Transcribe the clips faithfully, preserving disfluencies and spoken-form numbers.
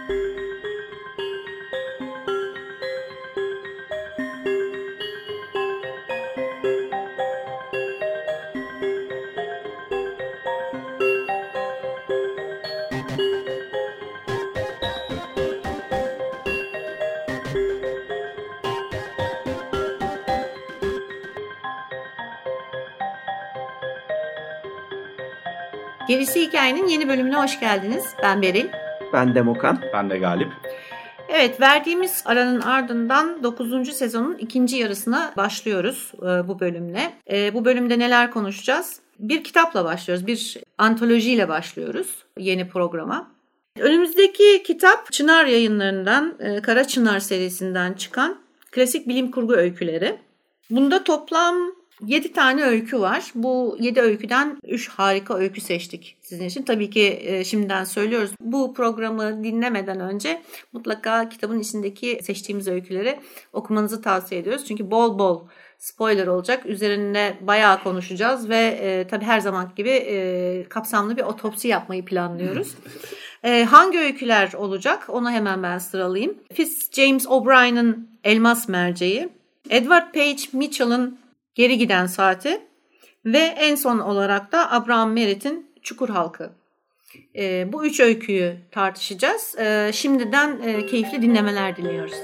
Gerisi Hikayenin yeni bölümüne hoş geldiniz. Ben Beril. Ben Demokan. Ben de Galip. Evet, verdiğimiz aranın ardından dokuzuncu sezonun ikinci yarısına başlıyoruz e, bu bölümle. E, bu bölümde neler konuşacağız? Bir kitapla başlıyoruz, bir antolojiyle başlıyoruz yeni programa. Önümüzdeki kitap Çınar Yayınları'ndan, e, Kara Çınar serisinden çıkan klasik bilim kurgu öyküleri. Bunda toplam yedi tane öykü var. Bu yedi öyküden üç harika öykü seçtik sizin için. Tabii ki e, şimdiden söylüyoruz. Bu programı dinlemeden önce mutlaka kitabın içindeki seçtiğimiz öyküleri okumanızı tavsiye ediyoruz. Çünkü bol bol spoiler olacak. Üzerine bayağı konuşacağız ve e, tabii her zaman gibi e, kapsamlı bir otopsi yapmayı planlıyoruz. e, hangi öyküler olacak? Onu hemen ben sıralayayım. Fitzjames O'Brien'in Elmas Merceği, Edward Page Mitchell'ın Geri Giden Saati ve en son olarak da Abraham Merritt'in Çukur Halkı. E, bu üç öyküyü tartışacağız. E, şimdiden e, keyifli dinlemeler diliyoruz.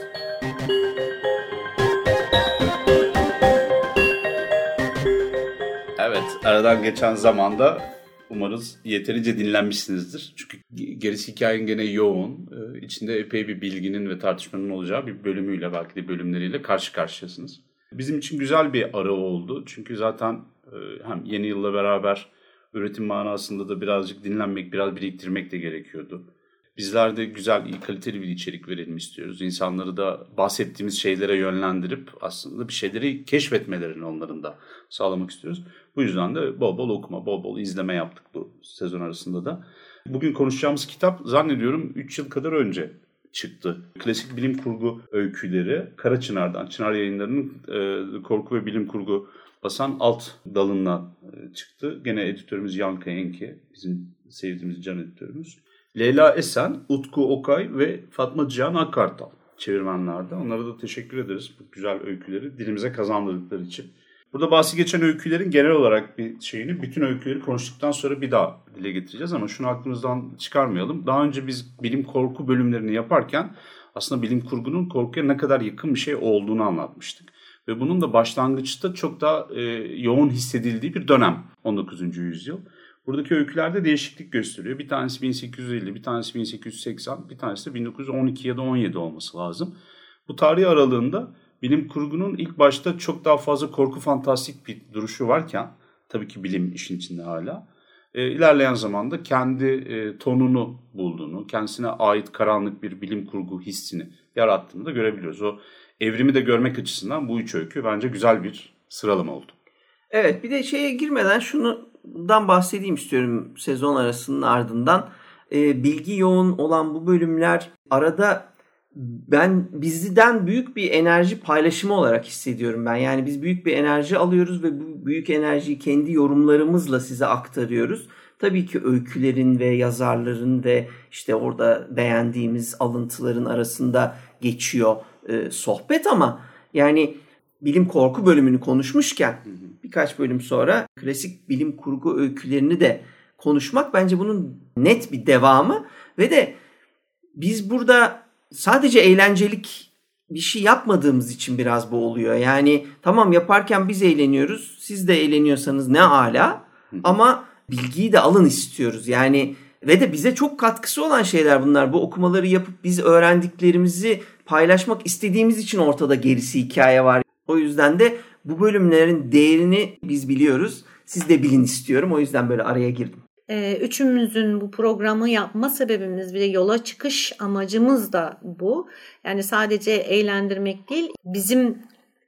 Evet, aradan geçen zamanda umarız yeterince dinlenmişsinizdir. Çünkü gerisi hikayenin gene yoğun, içinde epey bir bilginin ve tartışmanın olacağı bir bölümüyle, belki de bölümleriyle karşı karşıyasınız. Bizim için güzel bir ara oldu. Çünkü zaten hem yeni yılla beraber üretim manasında da birazcık dinlenmek, biraz biriktirmek de gerekiyordu. Bizler de güzel, iyi, kaliteli bir içerik verelim istiyoruz. İnsanları da bahsettiğimiz şeylere yönlendirip aslında bir şeyleri keşfetmelerini onların da sağlamak istiyoruz. Bu yüzden de bol bol okuma, bol bol izleme yaptık bu sezon arasında da. Bugün konuşacağımız kitap zannediyorum üç yıl kadar önce çıktı. Klasik bilim kurgu öyküleri Kara Çınar'dan, Çınar Yayınları'nın e, korku ve bilim kurgu basan alt dalından e, çıktı. Gene editörümüz Yankı Enki, bizim sevdiğimiz can editörümüz. Leyla Esen, Utku Okay ve Fatma Cihan Akkartal çevirmenlerde. Onlara da teşekkür ederiz bu güzel öyküleri dilimize kazandırdıkları için. Burada bahsi geçen öykülerin genel olarak bir şeyini, bütün öyküleri konuştuktan sonra bir daha dile getireceğiz ama şunu aklımızdan çıkarmayalım. Daha önce biz bilim korku bölümlerini yaparken aslında bilim kurgunun korkuya ne kadar yakın bir şey olduğunu anlatmıştık. Ve bunun da başlangıçta çok daha e, yoğun hissedildiği bir dönem on dokuzuncu yüzyıl. Buradaki öykülerde değişiklik gösteriyor. Bir tanesi bin sekiz yüz elli, bir tanesi bin sekiz yüz seksen, bir tanesi de bin dokuz yüz on iki ya da on yedi olması lazım. Bu tarih aralığında bilim kurgunun ilk başta çok daha fazla korku fantastik bir duruşu varken, tabii ki bilim işin içinde hala, e, ilerleyen zamanda kendi e, tonunu bulduğunu, kendisine ait karanlık bir bilim kurgu hissini yarattığını da görebiliyoruz. O evrimi de görmek açısından bu üç öykü bence güzel bir sıralama oldu. Evet, bir de şeye girmeden şundan bahsedeyim istiyorum sezon arasının ardından. E, bilgi yoğun olan bu bölümler arada ben bizden büyük bir enerji paylaşımı olarak hissediyorum ben. Yani biz büyük bir enerji alıyoruz ve bu büyük enerjiyi kendi yorumlarımızla size aktarıyoruz. Tabii ki öykülerin ve yazarların ve işte orada beğendiğimiz alıntıların arasında geçiyor e, sohbet ama yani bilim korku bölümünü konuşmuşken birkaç bölüm sonra klasik bilim kurgu öykülerini de konuşmak bence bunun net bir devamı ve de biz burada sadece eğlencelik bir şey yapmadığımız için biraz bu oluyor. Yani tamam yaparken biz eğleniyoruz. Siz de eğleniyorsanız ne âlâ. Ama bilgiyi de alın istiyoruz. Yani ve de bize çok katkısı olan şeyler bunlar. Bu okumaları yapıp biz öğrendiklerimizi paylaşmak istediğimiz için ortada gerisi hikaye var. O yüzden de bu bölümlerin değerini biz biliyoruz. Siz de bilin istiyorum. O yüzden böyle araya girdim. Üçümüzün bu programı yapma sebebimiz ve yola çıkış amacımız da bu. Yani sadece eğlendirmek değil, bizim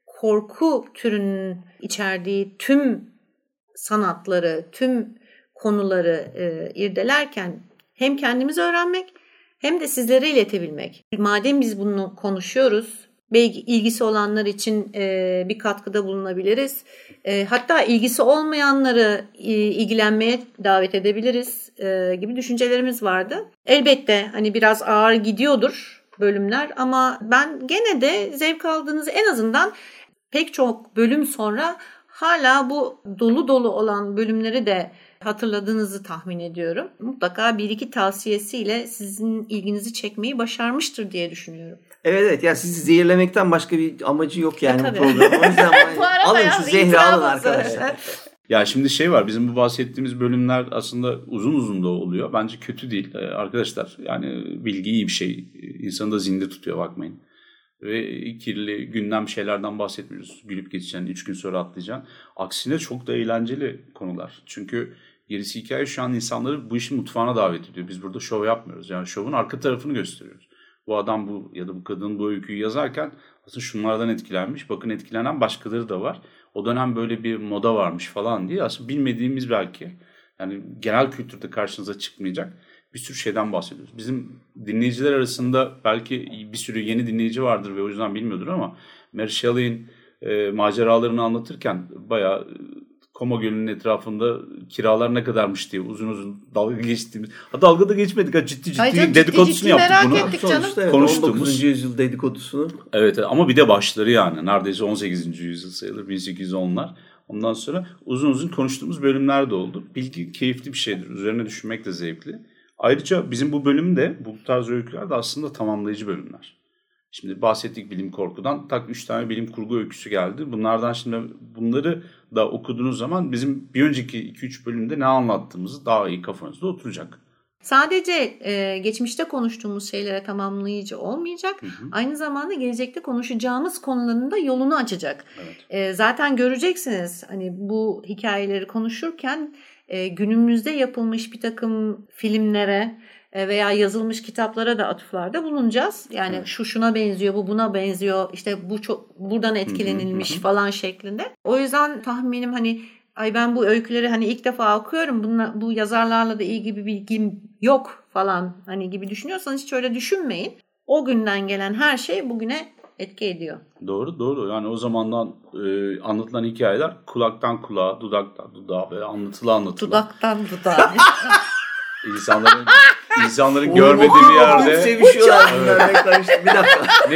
korku türünün içerdiği tüm sanatları, tüm konuları e, irdelerken hem kendimiz öğrenmek hem de sizlere iletebilmek. Madem biz bunu konuşuyoruz, belki ilgisi olanlar için e, bir katkıda bulunabiliriz. E, hatta ilgisi olmayanları e, ilgilenmeye davet edebiliriz e, gibi düşüncelerimiz vardı. Elbette hani biraz ağır gidiyordur bölümler ama ben gene de zevk aldığınızı, en azından pek çok bölüm sonra hala bu dolu dolu olan bölümleri de hatırladığınızı tahmin ediyorum. Mutlaka bir iki tavsiyesiyle sizin ilginizi çekmeyi başarmıştır diye düşünüyorum. Evet evet, yani sizi zehirlemekten başka bir amacı yok yani ya, bu programın. O yüzden alın ya, şu zehri alın arkadaşlar. Ya şimdi şey var, bizim bu bahsettiğimiz bölümler aslında uzun uzun da oluyor. Bence kötü değil ee, arkadaşlar. Yani bilgi iyi bir şey. İnsanı da zinde tutuyor, bakmayın. Ve kirli gündem şeylerden bahsetmiyoruz. Gülüp geçeceksin, üç gün sonra atlayacaksın. Aksine çok da eğlenceli konular. Çünkü gerisi hikaye şu an insanları bu işin mutfağına davet ediyor. Biz burada şov yapmıyoruz. Yani şovun arka tarafını gösteriyoruz. Bu adam bu ya da bu kadın bu öyküyü yazarken aslında şunlardan etkilenmiş. Bakın etkilenen başkaları da var. O dönem böyle bir moda varmış falan diye aslında bilmediğimiz, belki yani genel kültürde karşınıza çıkmayacak bir sürü şeyden bahsediyoruz. Bizim dinleyiciler arasında belki bir sürü yeni dinleyici vardır ve o yüzden bilmiyordur ama Mary Shelley'in e, maceralarını anlatırken bayağı Koma Gölü'nün etrafında kiralar ne kadarmış diye uzun uzun dalga geçtiğimiz. Ha, dalga da geçmedik, ha, ciddi ciddi Hayır, dedikodusunu ciddi, yaptık merak bunu. ettik canım. Sonuçta evet, Konuştuğumuz. on dokuzuncu yüzyıl dedikodusunu. Evet ama bir de başları yani neredeyse on sekizinci yüzyıl sayılır, bin sekiz yüz onlar. Ondan sonra uzun uzun konuştuğumuz bölümler de oldu. Bilgi keyifli bir şeydir. Üzerine düşünmek de zevkli. Ayrıca bizim bu bölümde, bu tarz öyküler de aslında tamamlayıcı bölümler. Şimdi bahsettik bilim korkudan. Tak üç tane bilim kurgu öyküsü geldi. Bunlardan şimdi bunları da okuduğunuz zaman bizim bir önceki iki üç bölümde ne anlattığımızı daha iyi kafanızda oturacak. Sadece e, geçmişte konuştuğumuz şeylere tamamlayıcı olmayacak. Hı hı. Aynı zamanda gelecekte konuşacağımız konuların da yolunu açacak. Evet. E, zaten göreceksiniz hani bu hikayeleri konuşurken e, günümüzde yapılmış bir takım filmlere veya yazılmış kitaplara da atıflarda bulunacağız. Yani evet. şu şuna benziyor, bu buna benziyor, işte bu çok buradan etkilenilmiş hı hı. falan şeklinde. O yüzden tahminim hani ay ben bu öyküleri hani ilk defa okuyorum, bunla, bu yazarlarla da ilgili bir bilgim yok falan hani gibi düşünüyorsanız hiç öyle düşünmeyin. O günden gelen her şey bugüne etki ediyor. Doğru doğru. Yani o zamandan e, anlatılan hikayeler kulaktan kulağa, dudaktan dudağa ve anlatıla anlatıla. Dudaktan dudağa. İnsanların insanların görmediği bir yerde sevişiyorlar bunlar. Karıştı. Bir dakika. Ne?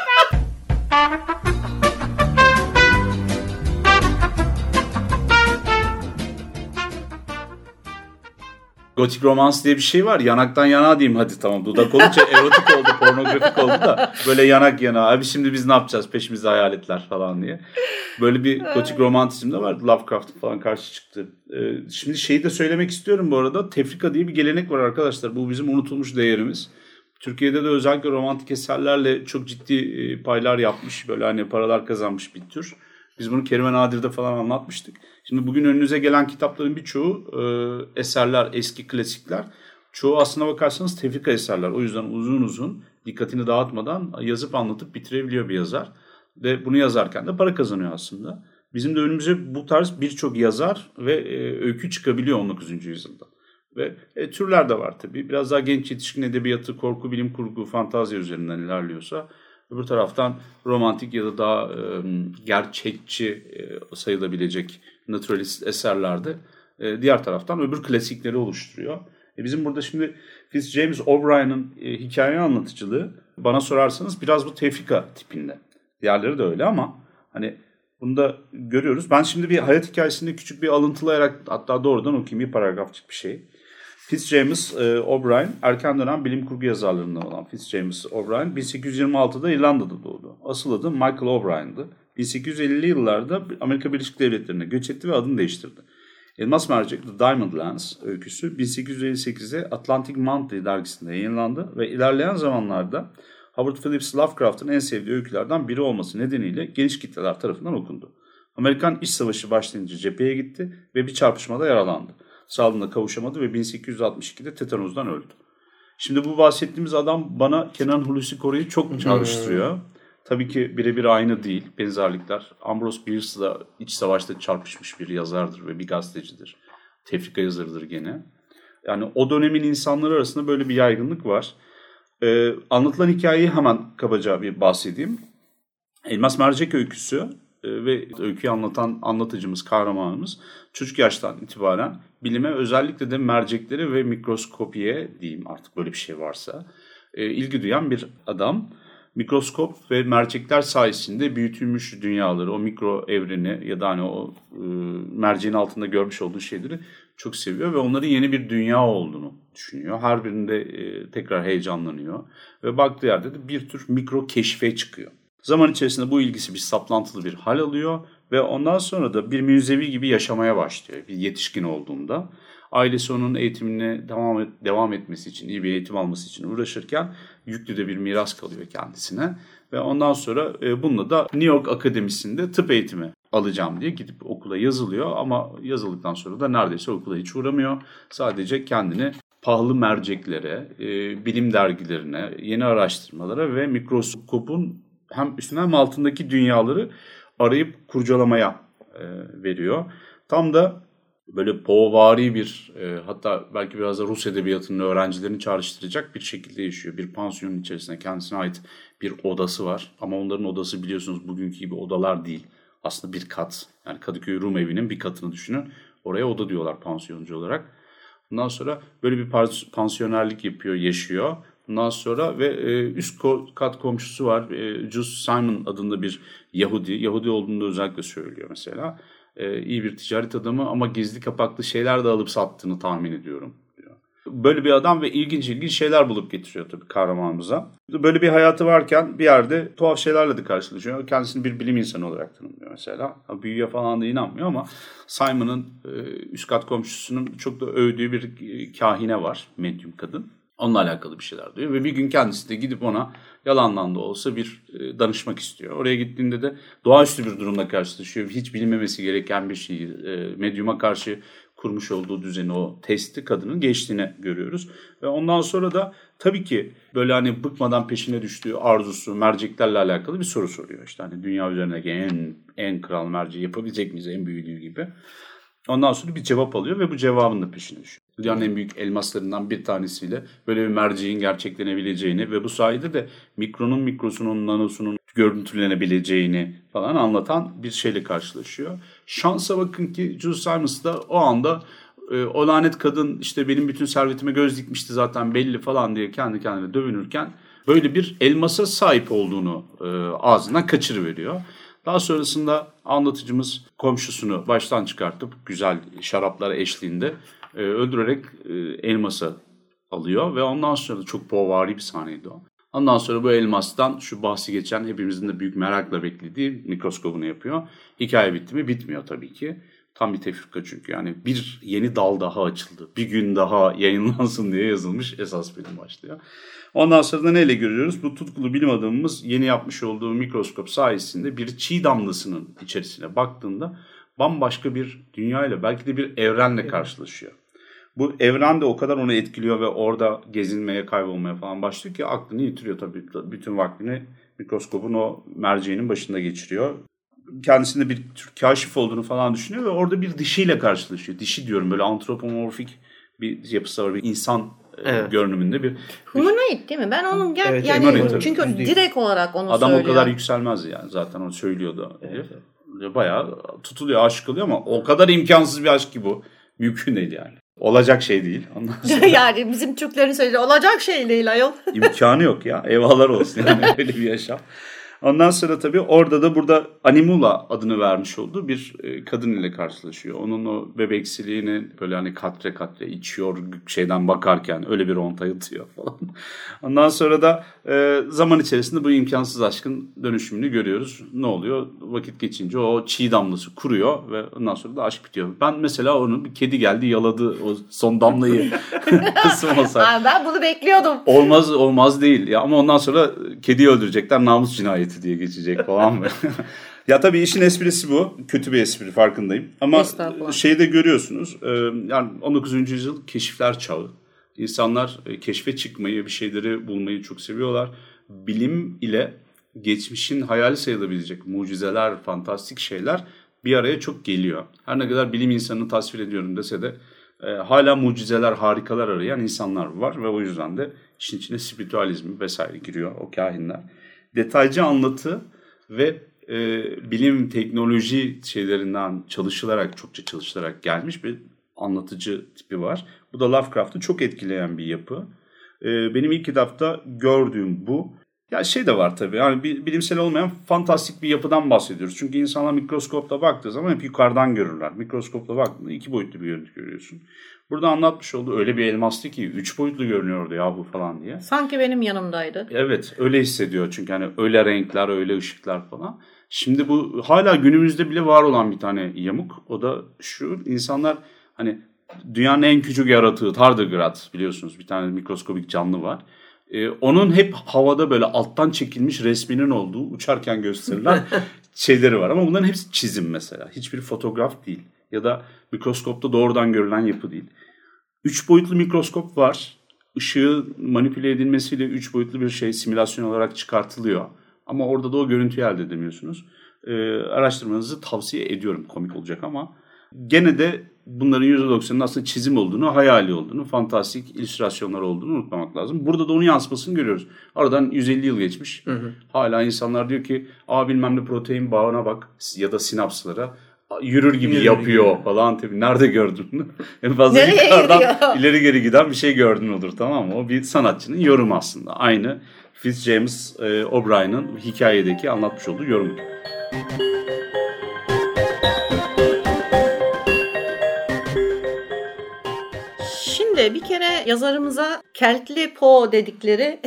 Gotik romans diye bir şey var. Yanaktan yana diyeyim hadi, tamam. Dudak olunca erotik oldu, pornografik oldu da böyle yanak yana. Abi şimdi biz ne yapacağız? Peşimizde hayaletler falan diye. Böyle bir gotik romantizm de var. Lovecraft falan karşı çıktı. Ee, şimdi şeyi de söylemek istiyorum bu arada. Tefrika diye bir gelenek var arkadaşlar. Bu bizim unutulmuş değerimiz. Türkiye'de de özellikle romantik eserlerle çok ciddi paylar yapmış. Böyle hani paralar kazanmış bir tür. Biz bunu Kerime Nadir'de falan anlatmıştık. Şimdi bugün önünüze gelen kitapların birçoğu e, eserler, eski klasikler. Çoğu aslına bakarsanız tefrika eserler. O yüzden uzun uzun dikkatini dağıtmadan yazıp anlatıp bitirebiliyor bir yazar. Ve bunu yazarken de para kazanıyor aslında. Bizim de önümüze bu tarz birçok yazar ve e, öykü çıkabiliyor on dokuzuncu yüzyılda. Ve e, türler de var tabii. Biraz daha genç yetişkin edebiyatı, korku, bilim kurgu, fantazya üzerinden ilerliyorsa... Öbür taraftan romantik ya da daha e, gerçekçi e, sayılabilecek naturalist eserlerde e, diğer taraftan öbür klasikleri oluşturuyor. E, bizim burada şimdi Fitzjames O'Brien'in e, hikaye anlatıcılığı bana sorarsanız biraz bu tefrika tipinde. Diğerleri de öyle ama hani bunu da görüyoruz. Ben şimdi bir hayat hikayesini küçük bir alıntılayarak, hatta doğrudan okuyayım, bir paragrafçık bir şey. Fitzjames e, O'Brien, erken dönem bilim kurgu yazarlarından olan Fitzjames O'Brien bin sekiz yüz yirmi altıda İrlanda'da doğdu. Asıl adı Michael O'Brien'dı. bin sekiz yüz ellili yıllarda Amerika Birleşik Devletleri'ne göç etti ve adını değiştirdi. Elmas Mercek The Diamond Lens öyküsü bin sekiz yüz elli sekizde Atlantic Monthly dergisinde yayınlandı ve ilerleyen zamanlarda Howard Phillips Lovecraft'ın en sevdiği öykülerden biri olması nedeniyle geniş kitleler tarafından okundu. Amerikan İç Savaşı başlayınca cepheye gitti ve bir çarpışmada yaralandı. Sağlığına kavuşamadı ve bin sekiz yüz altmış ikide tetanozdan öldü. Şimdi bu bahsettiğimiz adam bana Kenan Hulusi Koru'yu çok çağrıştırıyor. Hmm. Tabii ki birebir aynı değil, benzerlikler. Ambrose Bierce da iç savaşta çarpışmış bir yazardır ve bir gazetecidir. Tefrika yazarıdır gene. Yani o dönemin insanları arasında böyle bir yaygınlık var. Ee, anlatılan hikayeyi hemen kabaca bir bahsedeyim. Elmas Mercek öyküsü e, ve öyküyü anlatan anlatıcımız, kahramanımız çocuk yaştan itibaren bilime, özellikle de merceklere ve mikroskopiye diyeyim artık böyle bir şey varsa e, ilgi duyan bir adam. Mikroskop ve mercekler sayesinde büyütülmüş dünyaları, o mikro evreni ya da hani o e, merceğin altında görmüş olduğu şeyleri çok seviyor ve onların yeni bir dünya olduğunu düşünüyor. Her birinde e, tekrar heyecanlanıyor ve baktığı yerde de bir tür mikro keşfe çıkıyor. Zaman içerisinde bu ilgisi bir saplantılı bir hal alıyor ve ondan sonra da bir münzevi gibi yaşamaya başlıyor bir yetişkin olduğunda. Ailesi onun eğitimine devam, et, devam etmesi için, iyi bir eğitim alması için uğraşırken yüklü de bir miras kalıyor kendisine. Ve ondan sonra e, bununla da New York Akademisi'nde tıp eğitimi alacağım diye gidip okula yazılıyor. Ama yazıldıktan sonra da neredeyse okula hiç uğramıyor. Sadece kendini pahalı merceklere, e, bilim dergilerine, yeni araştırmalara ve mikroskopun hem üstüne hem altındaki dünyaları arayıp kurcalamaya e, veriyor. Tam da böyle Poe'vari bir e, hatta belki biraz da Rus edebiyatının öğrencilerini çağrıştıracak bir şekilde yaşıyor. Bir pansiyonun içerisinde kendisine ait bir odası var. Ama onların odası biliyorsunuz bugünkü gibi odalar değil. Aslında bir kat. Yani Kadıköy Rum evinin bir katını düşünün. Oraya oda diyorlar pansiyoncu olarak. Bundan sonra böyle bir pansiyonerlik yapıyor, yaşıyor. Bundan sonra ve e, üst kat komşusu var. E, Jules Simon adında bir Yahudi. Yahudi olduğunu da özellikle söylüyor mesela. E, iyi bir ticaret adamı ama gizli kapaklı şeyler de alıp sattığını tahmin ediyorum diyor. Böyle bir adam ve ilginç ilginç şeyler bulup getiriyor tabii kahramanımıza. Böyle bir hayatı varken bir yerde tuhaf şeylerle de karşılaşıyor. Kendisini bir bilim insanı olarak tanımlıyor mesela. Büyüye falan da inanmıyor ama Simon'ın e, üst kat komşusunun çok da övdüğü bir kahine var. Medyum kadın. Onunla alakalı bir şeyler diyor ve bir gün kendisi de gidip ona yalandan da olsa bir e, danışmak istiyor. Oraya gittiğinde de doğaüstü bir durumla karşılaşıyor. Hiç bilinmemesi gereken bir şeyi, e, medyuma karşı kurmuş olduğu düzeni, o testi kadının geçtiğini görüyoruz. Ve ondan sonra da tabii ki böyle hani bıkmadan peşine düştüğü arzusu, merceklerle alakalı bir soru soruyor. İşte hani dünya üzerindeki en en kral merceği yapabilecek miyiz, en büyüdüğü gibi. Ondan sonra bir cevap alıyor ve bu cevabın da peşine düşüyor. Dünyanın en büyük elmaslarından bir tanesiyle böyle bir merceğin gerçeklenebileceğini ve bu sayede de mikronun mikrosunun nanosunun görüntülenebileceğini falan anlatan bir şeyle karşılaşıyor. Şansa bakın ki Jules Simons da o anda e, o lanet kadın işte benim bütün servetime göz dikmişti zaten belli falan diye kendi kendine dövünürken böyle bir elmasa sahip olduğunu e, ağzından kaçırıveriyor. Daha sonrasında anlatıcımız komşusunu baştan çıkartıp güzel şaraplar eşliğinde e, öldürerek e, elması alıyor ve ondan sonra da çok Poe'vari bir sahneydi o. Ondan sonra bu elmastan şu bahsi geçen hepimizin de büyük merakla beklediği mikroskobunu yapıyor. Hikaye bitti mi? Bitmiyor tabii ki. Tam bir tefrika çünkü yani bir yeni dal daha açıldı. Bir gün daha yayınlansın diye yazılmış esas bölüm başlıyor. Ondan sonra da neyle görüyoruz? Bu tutkulu bilim adamımız yeni yapmış olduğu mikroskop sayesinde bir çiğ damlasının içerisine baktığında bambaşka bir dünyayla belki de bir evrenle karşılaşıyor. Bu evren de o kadar onu etkiliyor ve orada gezinmeye, kaybolmaya falan başlıyor ki aklını yitiriyor tabii. Bütün vaktini mikroskopun o merceğinin başında geçiriyor. Kendisinde bir tür kaşif olduğunu falan düşünüyor ve orada bir dişiyle karşılaşıyor. Dişi diyorum böyle antropomorfik bir yapısı var, bir insan evet. görünümünde bir... Humanoid değil mi? Ben onun gel evet, yani humanoid, çünkü tabii. direkt olarak onu Adam söylüyor. o kadar yükselmez yani zaten onu söylüyordu. Evet. Bayağı tutuluyor, aşık oluyor ama o kadar imkansız bir aşk ki bu. Mümkün değil yani. Olacak şey değil. Ondan sonra... yani bizim Türklerin söylediği olacak şey değil ayol. İmkanı yok ya. Eyvallah olsun yani öyle bir yaşam. Ondan sonra tabii orada da burada Animula adını vermiş olduğu bir kadın ile karşılaşıyor. Onun o bebeksiliğini böyle hani katre katre içiyor şeyden bakarken öyle bir onta yatıyor falan. Ondan sonra da e, zaman içerisinde bu imkansız aşkın dönüşümünü görüyoruz. Ne oluyor? Vakit geçince o çiğ damlası kuruyor ve ondan sonra da aşk bitiyor. Ben mesela onun bir kedi geldi yaladı o son damlayı kısmasak. Ben bunu bekliyordum. Olmaz olmaz değil ya ama ondan sonra kediyi öldürecekler namus cinayeti diye geçecek falan mı? Ya tabii işin esprisi bu. Kötü bir espri farkındayım. Ama şeyde görüyorsunuz yani on dokuzuncu yüzyıl keşifler çağı. İnsanlar keşfe çıkmayı, bir şeyleri bulmayı çok seviyorlar. Bilim ile geçmişin hayali sayılabilecek mucizeler, fantastik şeyler bir araya çok geliyor. Her ne kadar bilim insanını tasvir ediyorum dese de e, hala mucizeler, harikalar arayan insanlar var ve o yüzden de işin içine spiritüalizmi vesaire giriyor o kahinler. Detaycı anlatı ve e, bilim, teknoloji şeylerinden çalışılarak, çokça çalışılarak gelmiş bir anlatıcı tipi var. Bu da Lovecraft'ı çok etkileyen bir yapı. E, benim ilk kitapta gördüğüm bu. Ya şey de var tabii, yani bilimsel olmayan fantastik bir yapıdan bahsediyoruz. Çünkü insanlar mikroskopla baktığı zaman hep yukarıdan görürler. Mikroskopla baktığında iki boyutlu bir görüntü görüyorsun. Burada anlatmış olduğu öyle bir elmastı ki üç boyutlu görünüyordu ya bu falan diye. Sanki benim yanımdaydı. Evet, öyle hissediyor çünkü hani öyle renkler, öyle ışıklar falan. Şimdi bu hala günümüzde bile var olan bir tane yamuk. O da şu: insanlar hani dünyanın en küçük yaratığı tardigrad, biliyorsunuz, bir tane mikroskobik canlı var. Ee, onun hep havada böyle alttan çekilmiş resminin olduğu, uçarken gösterilen şeyleri var. Ama bunların hepsi çizim mesela. Hiçbir fotoğraf değil. Ya da mikroskopta doğrudan görülen yapı değil. Üç boyutlu mikroskop var. Işığı manipüle edilmesiyle üç boyutlu bir şey simülasyon olarak çıkartılıyor. Ama orada da o görüntüyü elde edemiyorsunuz. Ee, araştırmanızı tavsiye ediyorum. Komik olacak ama gene de bunların yüzde doksanının aslında çizim olduğunu, hayali olduğunu, fantastik illüstrasyonlar olduğunu unutmamak lazım. Burada da onun yansımasını görüyoruz. Aradan yüz elli yıl geçmiş. Hı hı. Hala insanlar diyor ki, aa bilmem ne protein bağına bak ya da sinapslara yürür gibi yürür yapıyor gibi falan. Tabii nerede gördün? En fazla nereye yukarıdan yürüyor? ileri geri giden bir şey gördün olur, tamam mı? O bir sanatçının yorumu aslında. Aynı Fitzjames e, O'Brien'in hikayedeki anlatmış olduğu yorum. Şimdi bir kere yazarımıza Keltli Poe dedikleri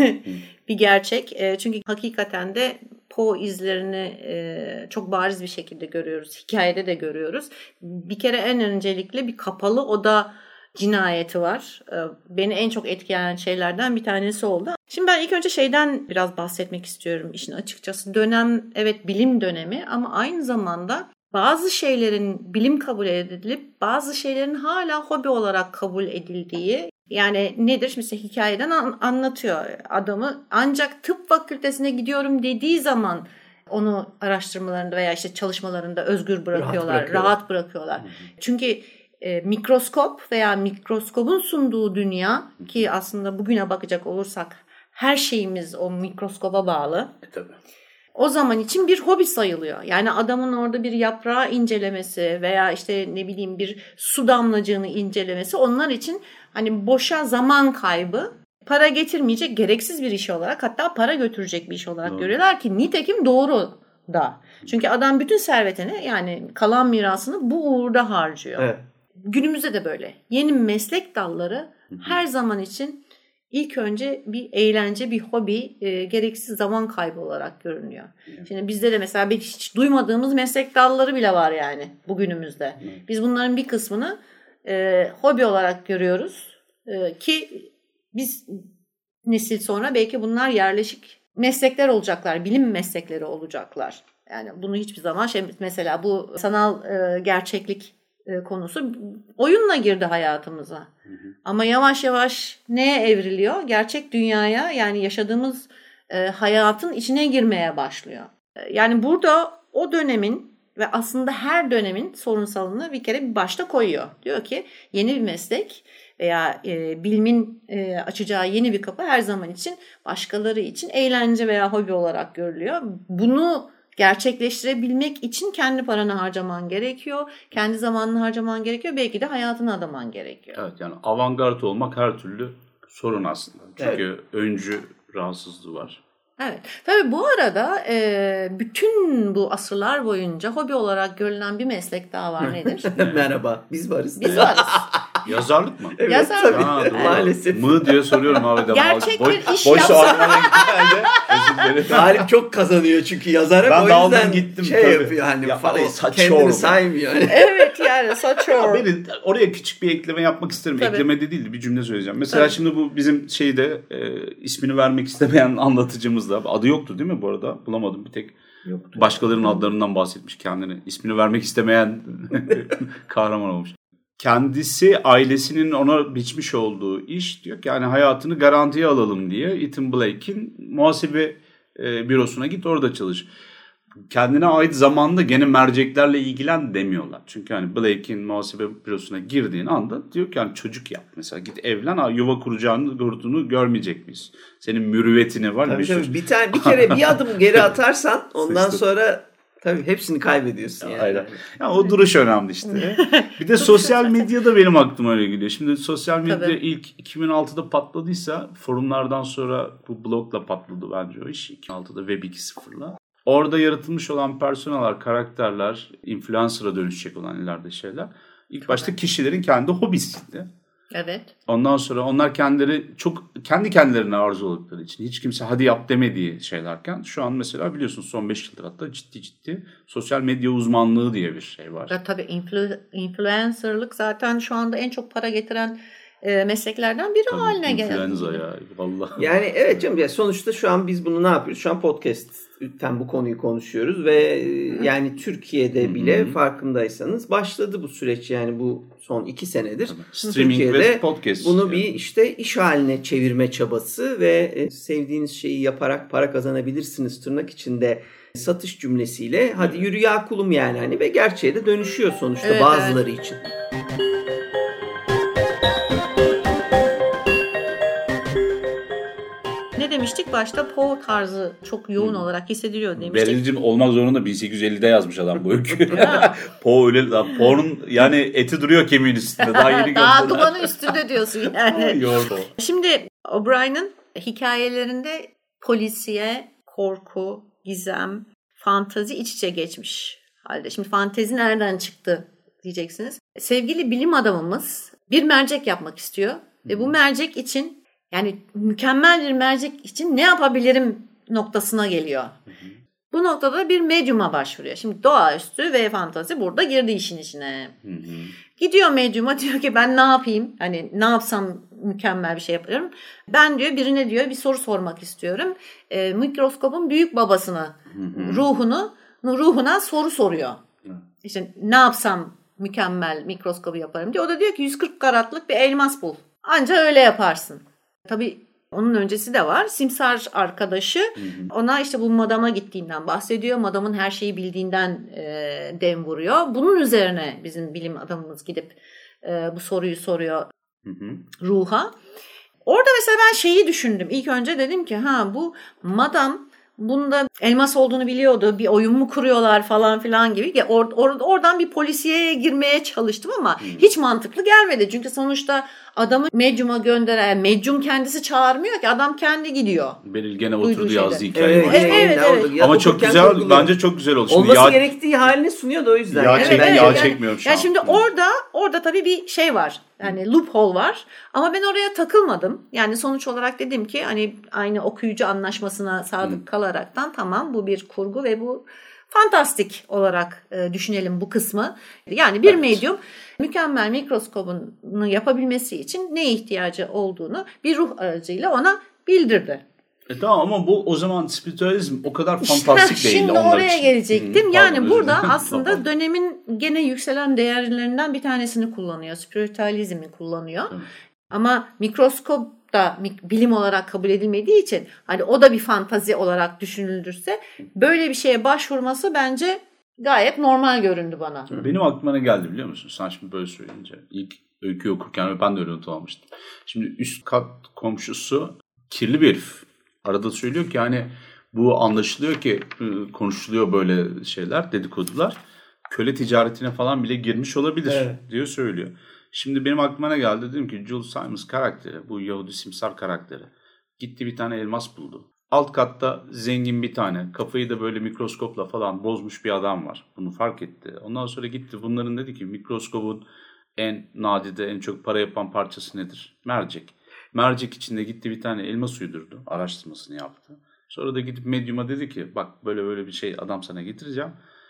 bir gerçek. Çünkü hakikaten de Poe izlerini çok bariz bir şekilde görüyoruz. Hikayede de görüyoruz. Bir kere en öncelikle bir kapalı oda cinayeti var. Beni en çok etkileyen şeylerden bir tanesi oldu. Şimdi ben ilk önce şeyden biraz bahsetmek istiyorum işin açıkçası. Dönem evet bilim dönemi ama aynı zamanda bazı şeylerin bilim kabul edilip bazı şeylerin hala hobi olarak kabul edildiği, yani nedir? Şimdi hikayeden an- anlatıyor adamı, ancak tıp fakültesine gidiyorum dediği zaman onu araştırmalarında veya işte çalışmalarında özgür bırakıyorlar, rahat bırakıyorlar. Rahat bırakıyorlar. Çünkü e, mikroskop veya mikroskobun sunduğu dünya, ki aslında bugüne bakacak olursak her şeyimiz o mikroskoba bağlı. E, tabii. O zaman için bir hobi sayılıyor. Yani adamın orada bir yaprağı incelemesi veya işte ne bileyim bir su damlacığını incelemesi onlar için hani boşa zaman kaybı, para getirmeyecek gereksiz bir iş olarak, hatta para götürecek bir iş olarak doğru görüyorlar ki nitekim doğru da. Çünkü adam bütün servetini, yani kalan mirasını bu uğurda harcıyor. Evet. Günümüzde de böyle. Yeni meslek dalları her zaman için İlk önce bir eğlence, bir hobi, e, gereksiz zaman kaybı olarak görünüyor. Evet. Şimdi bizde de mesela hiç duymadığımız meslek dalları bile var yani bugünümüzde. Evet. Biz bunların bir kısmını e, hobi olarak görüyoruz e, ki biz nesil sonra belki bunlar yerleşik meslekler olacaklar, bilim meslekleri olacaklar. Yani bunu hiçbir zaman şey, mesela bu sanal e, gerçeklik konusu oyunla girdi hayatımıza. Hı hı. Ama yavaş yavaş neye evriliyor? Gerçek dünyaya, yani yaşadığımız e, hayatın içine girmeye başlıyor. E, yani burada o dönemin ve aslında her dönemin sorunsalını bir kere bir başta koyuyor. Diyor ki yeni bir meslek veya e, bilimin e, açacağı yeni bir kapı her zaman için başkaları için eğlence veya hobi olarak görülüyor. Bunu gerçekleştirebilmek için kendi paranı harcaman gerekiyor. Kendi zamanını harcaman gerekiyor. Belki de hayatını adaman gerekiyor. Evet, yani avantgard olmak her türlü sorun aslında. Çünkü evet, öncü rahatsızlığı var. Evet. Tabii bu arada e, bütün bu asırlar boyunca hobi olarak görülen bir meslek daha var. Nedir? Merhaba. Biz varız. Biz varız. Yazarlık mı? Evet, Yazarlık. tabii. Ha, maalesef. Mı diye soruyorum abi. Gerçek boş, bir iş boş yapsa. Galip çok kazanıyor çünkü yazar hep ben o yüzden gittim, şey tabii yapıyor hani ya, falan, saçıyorum. kendini saymıyor. Evet yani saçıyor. Beni, oraya küçük bir ekleme yapmak isterim. Tabii. Ekleme de değil, bir cümle söyleyeceğim. Mesela tabii, şimdi bu bizim şeyde e, ismini vermek istemeyen anlatıcımız da, adı yoktu değil mi bu arada? Bulamadım bir tek. Yoktu. Başkalarının adlarından bahsetmiş kendini. İsmini vermek istemeyen kahraman olmuş. Kendisi ailesinin ona biçmiş olduğu iş, diyor ki yani hayatını garantiye alalım diye Ethan Blake'in muhasebe e, bürosuna git, orada çalış. kendine ait zamanda gene merceklerle ilgilen demiyorlar. Çünkü hani Blake'in muhasebe bürosuna girdiğin anda diyor ki yani çocuk yap. Mesela git evlen, yuva kuracağını kurduğunu görmeyecek miyiz? Senin mürüvvetine var. Tabii, tabii. Bir, tane, bir kere bir adım geri atarsan ondan sonra tabii hepsini kaybediyorsun yani. Aynen. Yani o duruş önemli işte. Bir de sosyal medyada benim aklıma öyle geliyor. Şimdi sosyal medya tabii. ilk iki bin altıda patladıysa forumlardan sonra bu blogla patladı bence o iş. iki bin altıda Web iki nokta sıfırla. Orada yaratılmış olan personalar, karakterler, influencer'a dönüşecek olan ileride şeyler. İlk başta kişilerin kendi hobisiydi. Evet. Ondan sonra onlar kendileri çok kendi kendilerine arzu oldukları için hiç kimse hadi yap demediği şeylerken şu an mesela biliyorsun son beş yıldır hatta ciddi ciddi sosyal medya uzmanlığı diye bir şey var. Ya, tabii influ- influencerlık zaten şu anda en çok para getiren e, mesleklerden biri tabii, haline geldi. Influenza ya vallahi. Yani evet canım ya sonuçta şu an biz bunu ne yapıyoruz? Şu an podcast'ten bu konuyu konuşuyoruz ve yani Türkiye'de bile Hı-hı. farkındaysanız başladı bu süreç yani bu son iki senedir. Tabii. Streaming Türkiye'de ve podcast. Bunu yani. bir işte iş haline çevirme çabası ve sevdiğiniz şeyi yaparak para kazanabilirsiniz tırnak içinde satış cümlesiyle hadi yürü ya kulum yani hani ve gerçeğe de dönüşüyor sonuçta evet, bazıları evet. için. Ne demiştik başta? Poe tarzı çok yoğun hmm. olarak hissediliyor demiştik. Beril'cim olmak zorunda bin sekiz yüz ellide yazmış adam bu öyküyü. Poe öyle Poe'nun yani eti duruyor kemiğin üstünde. Daha yeni Daha dumanın üstünde diyorsun yani. Yordu. Şimdi O'Brien'in hikayelerinde polisiye, korku, gizem, fantazi iç içe geçmiş halde. Şimdi fantezi nereden çıktı diyeceksiniz. Sevgili bilim adamımız bir mercek yapmak istiyor. Hmm. Ve bu mercek için yani mükemmel bir mercek için ne yapabilirim noktasına geliyor. Hı hı. Bu noktada bir medyuma başvuruyor. Şimdi doğaüstü ve fantazi burada girdi işin içine. Hı hı. Gidiyor medyuma diyor ki ben ne yapayım? Hani ne yapsam mükemmel bir şey yaparım. Ben diyor birine diyor bir soru sormak istiyorum. E, mikroskopun büyük babasına hı hı. ruhunu ruhuna soru soruyor. Hı. İşte ne yapsam mükemmel mikroskobu yaparım diyor. O da diyor ki yüz kırk karatlık bir elmas bul. Anca öyle yaparsın. Tabii onun öncesi de var. Simsar arkadaşı hı hı. ona işte bu madama gittiğinden bahsediyor. Madamın her şeyi bildiğinden e, dem vuruyor. Bunun üzerine bizim bilim adamımız gidip e, bu soruyu soruyor hı hı. ruha. Orada mesela ben şeyi düşündüm. İlk önce dedim ki ha bu madam bunda elmas olduğunu biliyordu. Bir oyun mu kuruyorlar falan filan gibi. Or- or- oradan bir polisiyeye girmeye çalıştım ama hmm. hiç mantıklı gelmedi. Çünkü sonuçta adamı medyuma gönderen, yani medyum kendisi çağırmıyor ki. Adam kendi gidiyor. Beril gene oturdu yazdı hikayeyi. Evet, evet, evet, evet. Ama çok güzel, kurguluyor. Bence çok güzel oldu. Şimdi Olması yağ... gerektiği halini sunuyordu o yüzden. Yağ, evet, çek, evet, yağ yani, çekmiyorum şu yani an. Şimdi hmm. orada orada tabii bir şey var. Yani loophole var. Ama ben oraya takılmadım. Yani sonuç olarak dedim ki hani aynı okuyucu anlaşmasına sadık hmm. kalaraktan tamam bu bir kurgu ve bu fantastik olarak e, düşünelim bu kısmı. Yani bir evet. medyum mükemmel mikroskobunu yapabilmesi için neye ihtiyacı olduğunu bir ruh aracıyla ona bildirdi. E tamam ama bu o zaman spiritüalizm o kadar fantastik işte, değildi şimdi onlar oraya için. gelecektim. Hı, yani pardon, burada aslında dönemin gene yükselen değerlerinden bir tanesini kullanıyor. Spiritüalizmi kullanıyor. Hı. Ama mikroskop da bilim olarak kabul edilmediği için hani o da bir fantazi olarak düşünülürse böyle bir şeye başvurması bence gayet normal göründü bana. Benim aklıma ne geldi biliyor musun? Sen şimdi böyle söyleyince ilk öyküyü okurken ben de öyle not almıştım. Şimdi üst kat komşusu kirli bir herif. Arada söylüyor ki yani bu anlaşılıyor ki konuşuluyor böyle şeyler, dedikodular. Köle ticaretine falan bile girmiş olabilir evet. diyor söylüyor. Şimdi benim aklıma ne geldi? Dedim ki Jules Simons karakteri, bu Yahudi simsar karakteri. Gitti bir tane elmas buldu. Alt katta zengin bir tane, kafayı da böyle mikroskopla falan bozmuş bir adam var. Bunu fark etti. Ondan sonra gitti bunların dedi ki mikroskopun en nadide, en çok para yapan parçası nedir? Mercek. Mercek içinde gitti bir tane elmas uydurdu. Araştırmasını yaptı. Sonra da gidip medyuma dedi ki bak böyle böyle bir şey adam sana getireceğim.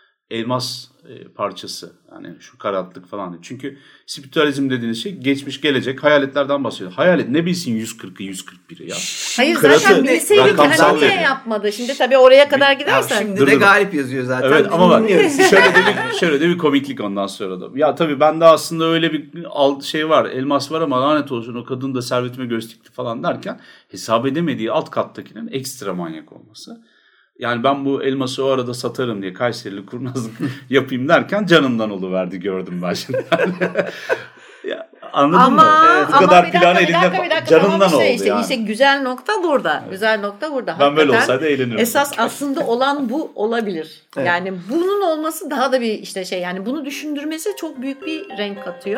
Elmas e, parçası yani şu karatlık falan diye. Çünkü spiritüalizm dediğiniz şey geçmiş gelecek hayaletlerden bahsediyor. Hayalet ne bilsin yüz kırkı yüz kırk biri ya. Hayır Kıratı, zaten bilseydi kendi niye yapmadı. Şimdi tabii oraya kadar gidersen. Ya şimdi dur, de dur. Galip yazıyor zaten. Evet ama bak şöyle de bir, şöyle de bir komiklik ondan sonra da. Ya tabii bende aslında öyle bir şey var. Elmas var ama lanet olsun o kadın da servetime göz dikti falan derken hesap edemediği alt kattakinin ekstra manyak olması. Yani ben bu elması o arada satarım diye Kayserili kurnazlık yapayım derken canından oluverdi, gördüm ben şimdi. Ya, anladın ama, mı? Evet, bu kadar plan elinde canından işte, oldu işte, yani. İşte güzel nokta burada. Evet. Güzel nokta burada. Ben hakikaten böyle olsaydı eğlenirdim. Esas aslında olan bu olabilir. Evet. Yani bunun olması daha da bir işte şey, yani bunu düşündürmesi çok büyük bir renk katıyor.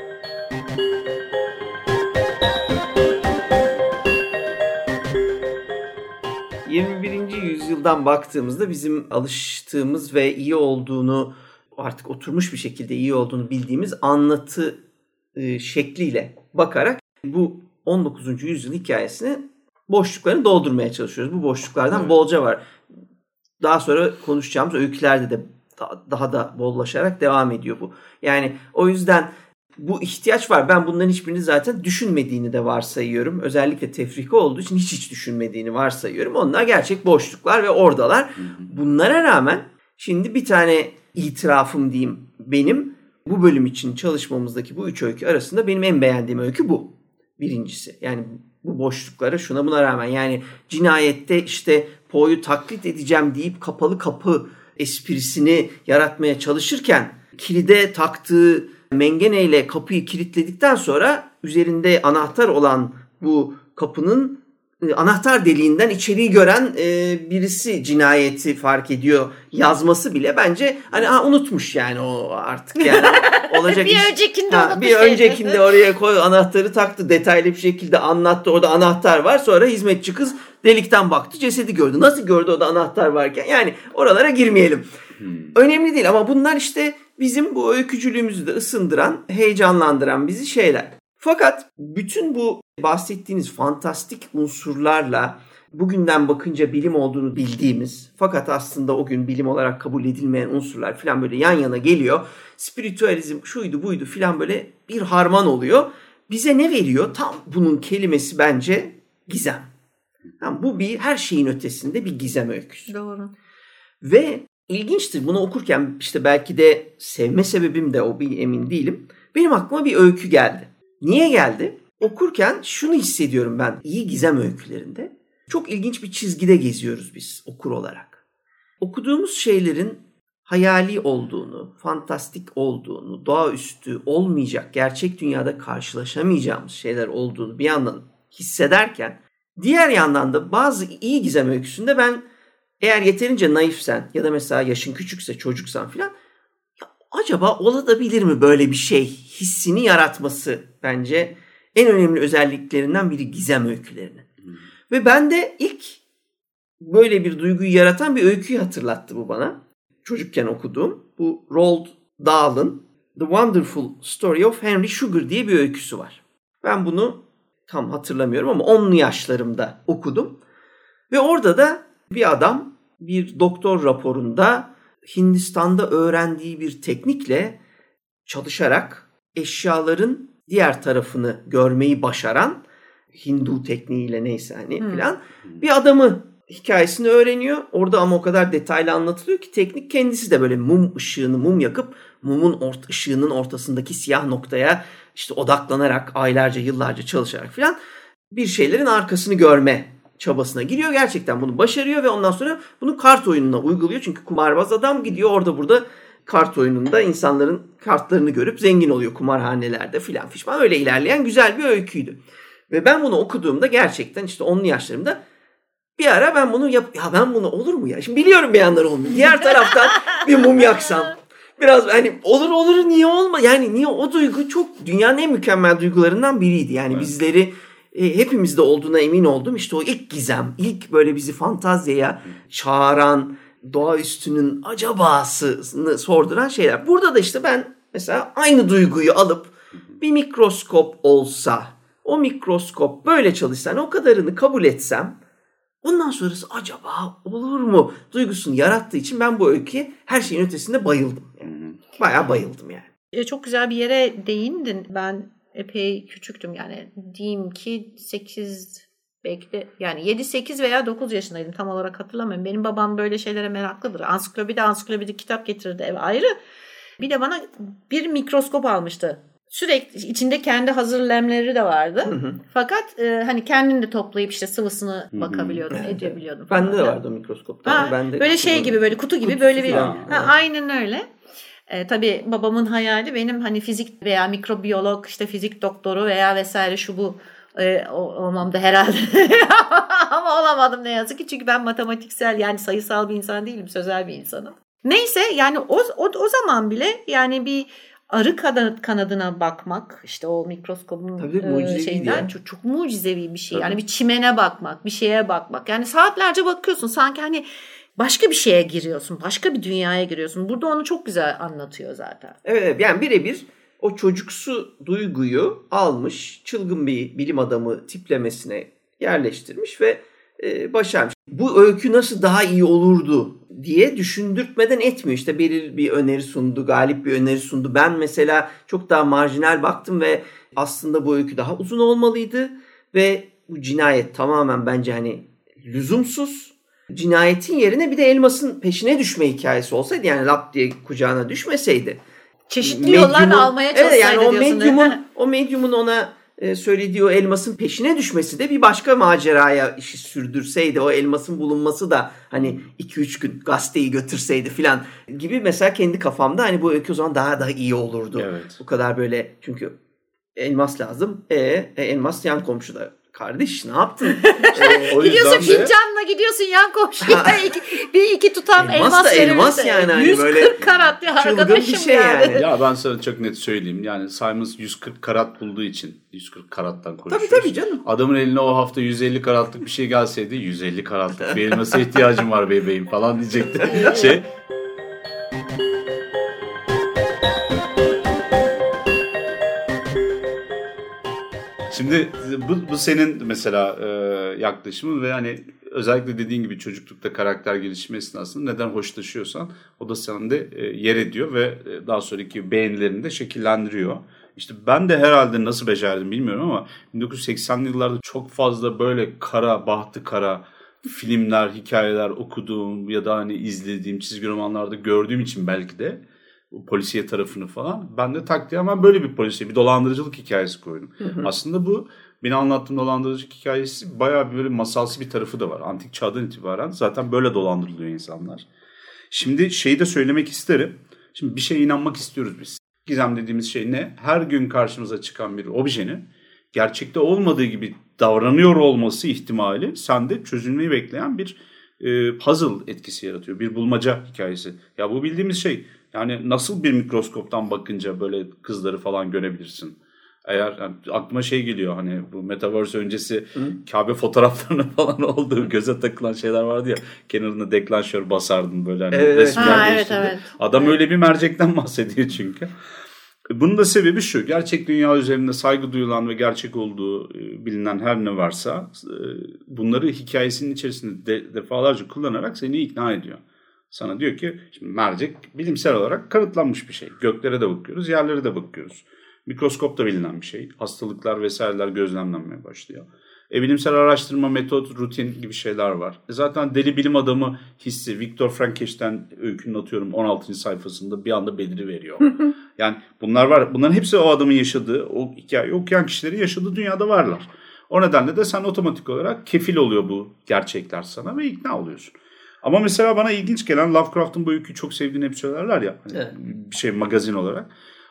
yirmi birinci yüzyıldan baktığımızda bizim alıştığımız ve iyi olduğunu, artık oturmuş bir şekilde iyi olduğunu bildiğimiz anlatı e, şekliyle bakarak bu on dokuzuncu yüzyıl hikayesini, boşluklarını doldurmaya çalışıyoruz. Bu boşluklardan evet. bolca var. Daha sonra konuşacağımız öykülerde de daha, daha da bollaşarak devam ediyor bu. Yani o yüzden bu ihtiyaç var. Ben bunların hiçbirini zaten düşünmediğini de varsayıyorum. Özellikle tefrika olduğu için hiç hiç düşünmediğini varsayıyorum. Onlar gerçek boşluklar ve oradalar. Bunlara rağmen şimdi bir tane itirafım diyeyim benim. Bu bölüm için çalışmamızdaki bu üç öykü arasında benim en beğendiğim öykü bu. Birincisi. Yani bu boşluklara, şuna buna rağmen, yani cinayette işte Poe'yu taklit edeceğim deyip kapalı kapı esprisini yaratmaya çalışırken kilide taktığı mengeneyle kapıyı kilitledikten sonra üzerinde anahtar olan bu kapının e, anahtar deliğinden içeriği gören e, birisi cinayeti fark ediyor yazması bile bence hani ha, unutmuş yani o artık yani olacak bir iş. öncekinde Ha, bir öncekinde oraya koy, anahtarı taktı, detaylı bir şekilde anlattı, orada anahtar var, sonra hizmetçi kız delikten baktı, cesedi gördü. Nasıl gördü o da anahtar varken? Yani oralara girmeyelim. Hmm. Önemli değil ama bunlar işte bizim bu öykücülüğümüzü de ısındıran, heyecanlandıran bizi şeyler. Fakat bütün bu bahsettiğiniz fantastik unsurlarla bugünden bakınca bilim olduğunu bildiğimiz, fakat aslında o gün bilim olarak kabul edilmeyen unsurlar falan böyle yan yana geliyor. Spiritüalizm şuydu buydu falan böyle bir harman oluyor. Bize ne veriyor? Tam bunun kelimesi bence gizem. Yani bu bir her şeyin ötesinde bir gizem öyküsü. Doğru. Ve İlginçtir. Bunu okurken işte belki de sevme sebebim de o, bir emin değilim. Benim aklıma bir öykü geldi. Niye geldi? Okurken şunu hissediyorum ben iyi gizem öykülerinde. Çok ilginç bir çizgide geziyoruz biz okur olarak. Okuduğumuz şeylerin hayali olduğunu, fantastik olduğunu, doğaüstü olmayacak, gerçek dünyada karşılaşamayacağımız şeyler olduğunu bir yandan hissederken, diğer yandan da bazı iyi gizem öyküsünde ben, eğer yeterince naifsen ya da mesela yaşın küçükse, çocuksan filan, ya acaba olabilir mi böyle bir şey hissini yaratması bence en önemli özelliklerinden biri gizem öykülerinin. Hmm. Ve ben de ilk böyle bir duyguyu yaratan bir öyküyü hatırlattı bu bana. Çocukken okuduğum bu Roald Dahl'ın The Wonderful Story of Henry Sugar diye bir öyküsü var. Ben bunu tam hatırlamıyorum ama onlu yaşlarımda okudum. Ve orada da bir adam bir doktor raporunda Hindistan'da öğrendiği bir teknikle çalışarak eşyaların diğer tarafını görmeyi başaran, Hindu tekniğiyle neyse hani hmm. filan bir adamı hikayesini öğreniyor. Orada ama o kadar detaylı anlatılıyor ki teknik kendisi de böyle mum ışığını mum yakıp mumun ort ışığının ortasındaki siyah noktaya işte odaklanarak aylarca yıllarca çalışarak filan bir şeylerin arkasını görme çabasına giriyor. Gerçekten bunu başarıyor ve ondan sonra bunu kart oyununa uyguluyor. Çünkü kumarbaz adam gidiyor orada burada kart oyununda insanların kartlarını görüp zengin oluyor kumarhanelerde filan fişman. Öyle ilerleyen güzel bir öyküydü. Ve ben bunu okuduğumda gerçekten işte onlu yaşlarımda bir ara ben bunu yap ya ben bunu olur mu ya? Şimdi biliyorum bir yandan olmuyor. Diğer taraftan bir mum yaksam biraz hani olur olur niye olma? Yani niye o duygu çok dünyanın en mükemmel duygularından biriydi. Yani evet. bizleri e, hepimizde olduğuna emin oldum. İşte o ilk gizem, ilk böyle bizi fantazyaya çağıran, doğaüstünün acabasını sorduran şeyler. Burada da işte ben mesela aynı duyguyu alıp bir mikroskop olsa, o mikroskop böyle çalışsa, o kadarını kabul etsem, ondan sonrası acaba olur mu duygusunu yarattığı için ben bu öyküye her şeyin ötesinde bayıldım. Yani. Bayağı bayıldım yani. E, çok güzel bir yere değindin. Ben epey küçüktüm yani diyeyim ki sekiz belki de yani yedi sekiz veya dokuz yaşındaydım, tam olarak hatırlamıyorum. Benim babam böyle şeylere meraklıdır. Ansiklopedi ansiklopedi kitap getirirdi eve ayrı. Bir de bana bir mikroskop almıştı. Sürekli içinde kendi hazır lemleri de vardı. Hı hı. Fakat e, hani kendini de toplayıp işte sıvısını bakabiliyordun, Evet. edebiliyordun falan. Bende de vardı o mikroskopta. Ha, ben de böyle şey gibi, böyle kutu gibi böyle bir. Ha, Ha, aynen öyle. E, tabii babamın hayali benim hani fizik veya mikrobiyolog, işte fizik doktoru veya vesaire şu bu e, olmam da herhalde. Ama olamadım ne yazık ki, çünkü ben matematiksel, yani sayısal bir insan değilim, sözel bir insanım. Neyse yani o, o, o zaman bile yani bir arı kanadına bakmak, işte o mikroskopun tabii, e, şeyinden çok, çok mucizevi bir şey. Tabii. Yani bir çimene bakmak, bir şeye bakmak. Yani saatlerce bakıyorsun, sanki hani başka bir şeye giriyorsun, başka bir dünyaya giriyorsun. Burada onu çok güzel anlatıyor zaten. Evet, yani birebir o çocuksu duyguyu almış, çılgın bir bilim adamı tiplemesine yerleştirmiş ve e, başarmış. Bu öykü nasıl daha iyi olurdu diye düşündürtmeden etmiyor. İşte Beril bir öneri sundu, Galip bir öneri sundu. Ben mesela çok daha marjinal baktım ve aslında bu öykü daha uzun olmalıydı ve bu cinayet tamamen bence hani lüzumsuz. Cinayetin yerine bir de elmasın peşine düşme hikayesi olsaydı, yani lap diye kucağına düşmeseydi. Çeşitli yollarla almaya çalışsaydı, evet, yani o diyorsun. medyumun, o medyumun ona e, söylediği o elmasın peşine düşmesi de bir başka maceraya işi sürdürseydi, o elmasın bulunması da hani iki üç gün gazeteyi götürseydi filan gibi, mesela kendi kafamda hani bu öykü o zaman daha da iyi olurdu. Evet. Bu kadar böyle, çünkü elmas lazım. E, e elmas yan komşuda. Kardeş ne yaptın? ee, o gidiyorsun yüzden de... fincanla gidiyorsun yan komşuya iki, bir iki tutam elmas, elmas da elmas verirse. yani. Hani yüz kırk böyle karat ya çılgın arkadaşım bir şey yani. yani. Ya ben sana çok net söyleyeyim. Yani Simons yüz kırk karat bulduğu için yüz kırk karattan konuşuyoruz. Tabii tabii canım. Adamın eline o hafta yüz elli karatlık bir şey gelseydi, yüz elli karatlık bir elmasa ihtiyacım var bebeğim falan diyecekti. şey Şimdi bu, bu senin mesela e, yaklaşımın ve hani özellikle dediğin gibi çocuklukta karakter gelişimi esnasında neden hoşlaşıyorsan o da sende e, yer ediyor ve e, daha sonraki beğenilerini de şekillendiriyor. İşte ben de herhalde nasıl becerdim bilmiyorum ama bin dokuz yüz seksenli yıllarda çok fazla böyle kara, bahtı kara filmler, hikayeler okuduğum ya da hani izlediğim çizgi romanlarda gördüğüm için belki de polisiye tarafını falan. Ben de tak diye hemen böyle bir polisiye, bir dolandırıcılık hikayesi koydum. Hı hı. Aslında bu benim anlattığım dolandırıcılık hikayesi bayağı böyle masalsı bir tarafı da var. Antik çağdan itibaren zaten böyle dolandırılıyor insanlar. Şimdi şeyi de söylemek isterim. Şimdi bir şeye inanmak istiyoruz biz. Gizem dediğimiz şey ne? Her gün karşımıza çıkan bir objenin gerçekte olmadığı gibi davranıyor olması ihtimali sende çözülmeyi bekleyen bir e, puzzle etkisi yaratıyor. Bir bulmaca hikayesi. Ya bu bildiğimiz şey. Yani nasıl bir mikroskoptan bakınca böyle kızları falan görebilirsin? Eğer yani aklıma şey geliyor, hani bu Metaverse öncesi Hı? Kabe fotoğraflarının falan olduğu göze takılan şeyler vardı ya, kenarında deklanşör basardın böyle hani evet. resimler ha, değiştirdi. evet, evet. Adam evet. öyle bir mercekten bahsediyor çünkü. Bunun da sebebi şu: gerçek dünya üzerinde saygı duyulan ve gerçek olduğu bilinen her ne varsa bunları hikayesinin içerisinde de, defalarca kullanarak seni ikna ediyor. Sana diyor ki şimdi mercek bilimsel olarak kanıtlanmış bir şey. Göklere de bakıyoruz, yerlere de bakıyoruz. Mikroskop da bilinen bir şey. Hastalıklar vesaireler gözlemlenmeye başlıyor. E, bilimsel araştırma, metot, rutin gibi şeyler var. E, zaten deli bilim adamı hissi Viktor Frankenstein öykünün atıyorum on altıncı sayfasında bir anda beliriveriyor. Yani bunlar var. Bunların hepsi o adamın yaşadığı, o hikayeyi okuyan kişilerin yaşadığı dünyada varlar. O nedenle de sen otomatik olarak kefil oluyor bu gerçekler sana ve ikna oluyorsun. Ama mesela bana ilginç gelen, Lovecraft'ın bu öyküyü çok sevdiğini hep söylerler ya. Hani evet. Bir şey magazin olarak.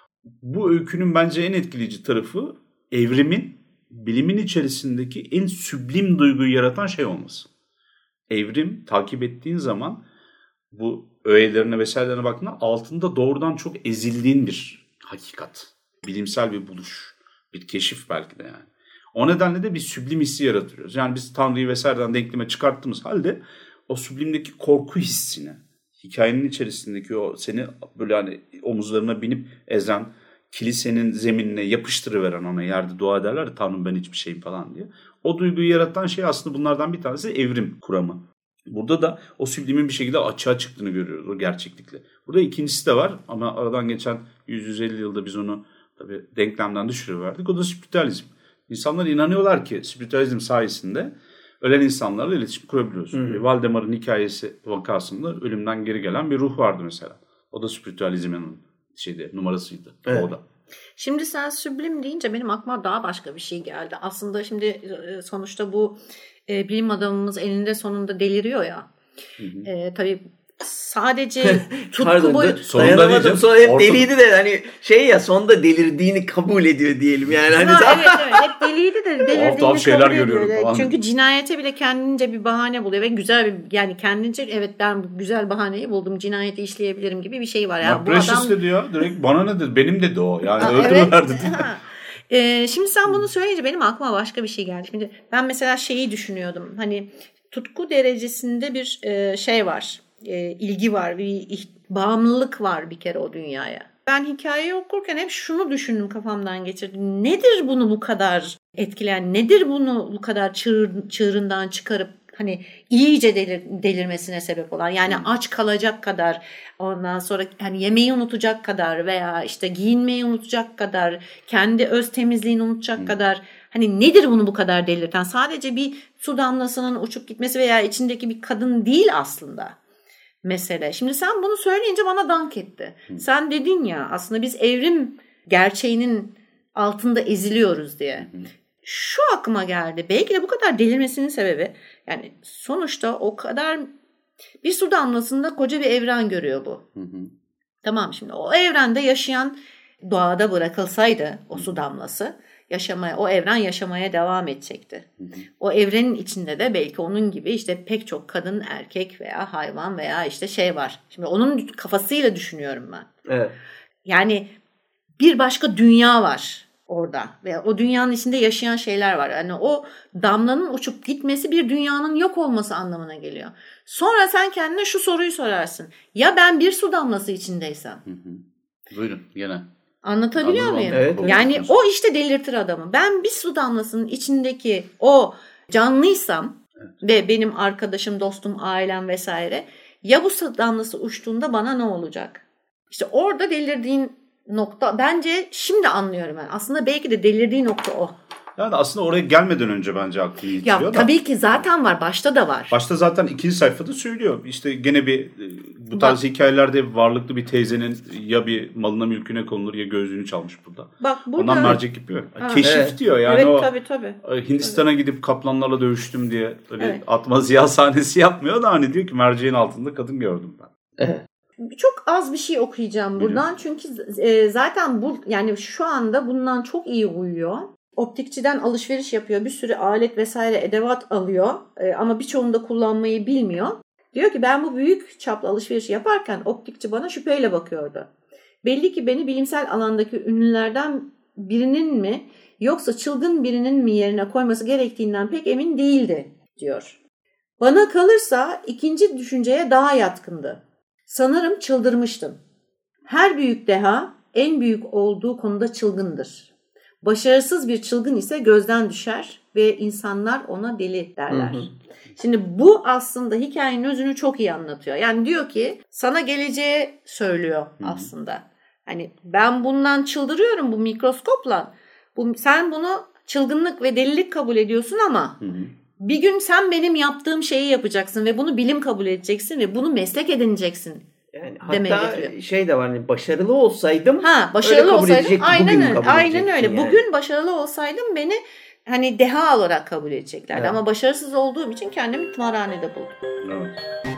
Bu öykünün bence en etkileyici tarafı evrimin, bilimin içerisindeki en süblim duyguyu yaratan şey olması. Evrim takip ettiğin zaman bu öğelerine vesairelerine baktığında altında doğrudan çok ezildiğin bir hakikat. Bilimsel bir buluş, bir keşif belki de yani. O nedenle de bir süblim hissi yaratıyoruz. Yani biz Tanrı'yı vesaireden denkleme çıkarttığımız halde o süblimdeki korku hissini, hikayenin içerisindeki o seni böyle hani omuzlarına binip ezen, kilisenin zeminine yapıştırıveren, ona yerde dua ederler ya, Tanrım ben hiçbir şeyim falan diye. O duyguyu yaratan şey aslında bunlardan bir tanesi evrim kuramı. Burada da o süblimin bir şekilde açığa çıktığını görüyoruz o gerçeklikle. Burada ikincisi de var ama aradan geçen yüz yüz elli yılda biz onu tabii denklemden düşürüverdik. O da spiritüalizm. İnsanlar inanıyorlar ki spiritüalizm sayesinde ölen insanlarla iletişim kurabiliyorsun. Valdemar'ın hikayesi vakasında ölümden geri gelen bir ruh vardı mesela. O da spiritüalizmin şeyde numarasıydı. Evet. O da. Şimdi sen süblim deyince benim aklıma daha başka bir şey geldi. Aslında şimdi sonuçta bu e, bilim adamımız eninde sonunda deliriyor ya. Hı hı. E, tabii sadece tutku boyutu. Dayanamadım. Sonra hep orta... deliydi de hani şey ya sonunda delirdiğini kabul ediyor diyelim yani. Hani ha, evet evet hep deliydi de delirdiğini şeyler kabul ediyor. Falan. Çünkü cinayete bile kendince bir bahane buluyor ve güzel bir yani kendince evet ben güzel bahaneyi buldum cinayeti işleyebilirim gibi bir şey var. Yani bu adam dedi ya direkt bana nedir benim dedi o yani öldürürler dedi. Ee, şimdi sen bunu söyleyince benim aklıma başka bir şey geldi. Şimdi ben mesela şeyi düşünüyordum hani tutku derecesinde bir e, şey var. E, ilgi var, bir bağımlılık var bir kere o dünyaya. Ben hikayeyi okurken hep şunu düşündüm kafamdan geçirdim. Nedir bunu bu kadar etkileyen, nedir bunu bu kadar çığır, çığırından çıkarıp hani iyice delir, delirmesine sebep olan yani hmm. aç kalacak kadar ondan sonra hani yemeği unutacak kadar veya işte giyinmeyi unutacak kadar kendi öz temizliğini unutacak hmm. kadar hani nedir bunu bu kadar delirten sadece bir su damlasının uçup gitmesi veya içindeki bir kadın değil aslında. Mesele. Şimdi sen bunu söyleyince bana dank etti. Hı. Sen dedin ya aslında biz evrim gerçeğinin altında eziliyoruz diye. Hı. Şu aklıma geldi. Belki de bu kadar delirmesinin sebebi yani sonuçta o kadar bir su damlasında koca bir evren görüyor bu. Hı hı. Tamam şimdi o evrende yaşayan doğada bırakılsaydı o su damlası yaşamaya, o evren yaşamaya devam edecekti. Hı hı. O evrenin içinde de belki onun gibi işte pek çok kadın, erkek veya hayvan veya işte şey var. Şimdi onun kafasıyla düşünüyorum ben. Evet. Yani bir başka dünya var orada ve o dünyanın içinde yaşayan şeyler var. Yani o damlanın uçup gitmesi bir dünyanın yok olması anlamına geliyor. Sonra sen kendine şu soruyu sorarsın. Ya ben bir su damlası içindeysem? Hı hı. Buyurun gene. Anlatabiliyor Anladım. muyum? Evet, yani evet. o işte delirtir adamı. Ben bir su damlasının içindeki o canlıysam evet. ve benim arkadaşım, dostum, ailem vesaire ya bu su damlası uçtuğunda bana ne olacak? İşte orada delirdiğin nokta bence şimdi anlıyorum ben. Aslında belki de delirdiği nokta o. Yani aslında oraya gelmeden önce bence aklını yitiriyor ya, da. Tabii ki zaten var. Başta da var. Başta zaten ikinci sayfada söylüyor. İşte gene bir bu tarz Bak, hikayelerde varlıklı bir teyzenin ya bir malına mülküne konulur ya gözlüğünü çalmış burada. Bak burada. Ondan mercek yapıyor. Ha. Keşif evet. diyor yani evet, o. Tabii tabii. Hindistan'a tabii. gidip kaplanlarla dövüştüm diye öyle evet. atma ziya sahnesi yapmıyor da hani diyor ki merceğin altında kadın gördüm ben. Evet. Çok az bir şey okuyacağım buradan. Biliyorum. Çünkü e, zaten bu yani şu anda bundan çok iyi uyuyor. Optikçiden alışveriş yapıyor. Bir sürü alet vesaire edevat alıyor. E, ama birçoğunu da kullanmayı bilmiyor. Diyor ki ben bu büyük çaplı alışverişi yaparken optikçi bana şüpheyle bakıyordu. Belli ki beni bilimsel alandaki ünlülerden birinin mi yoksa çılgın birinin mi yerine koyması gerektiğinden pek emin değildi diyor. Bana kalırsa ikinci düşünceye daha yatkındı. Sanırım çıldırmıştım. Her büyük deha en büyük olduğu konuda çılgındır. Başarısız bir çılgın ise gözden düşer ve insanlar ona deli derler. Hı hı. Şimdi bu aslında hikayenin özünü çok iyi anlatıyor. Yani diyor ki sana geleceği söylüyor hı hı. aslında. Hani ben bundan çıldırıyorum bu mikroskopla. Bu, sen bunu çılgınlık ve delilik kabul ediyorsun ama hı hı. bir gün sen benim yaptığım şeyi yapacaksın ve bunu bilim kabul edeceksin ve bunu meslek edineceksin. Yani hatta şey de var hani başarılı olsaydım ha başarılı olsaydım aynen öyle. Kabul aynen öyle. Yani. Bugün başarılı olsaydım beni hani deha olarak kabul edeceklerdi evet. ama başarısız olduğum için kendimi tımarhanede buldum. Evet.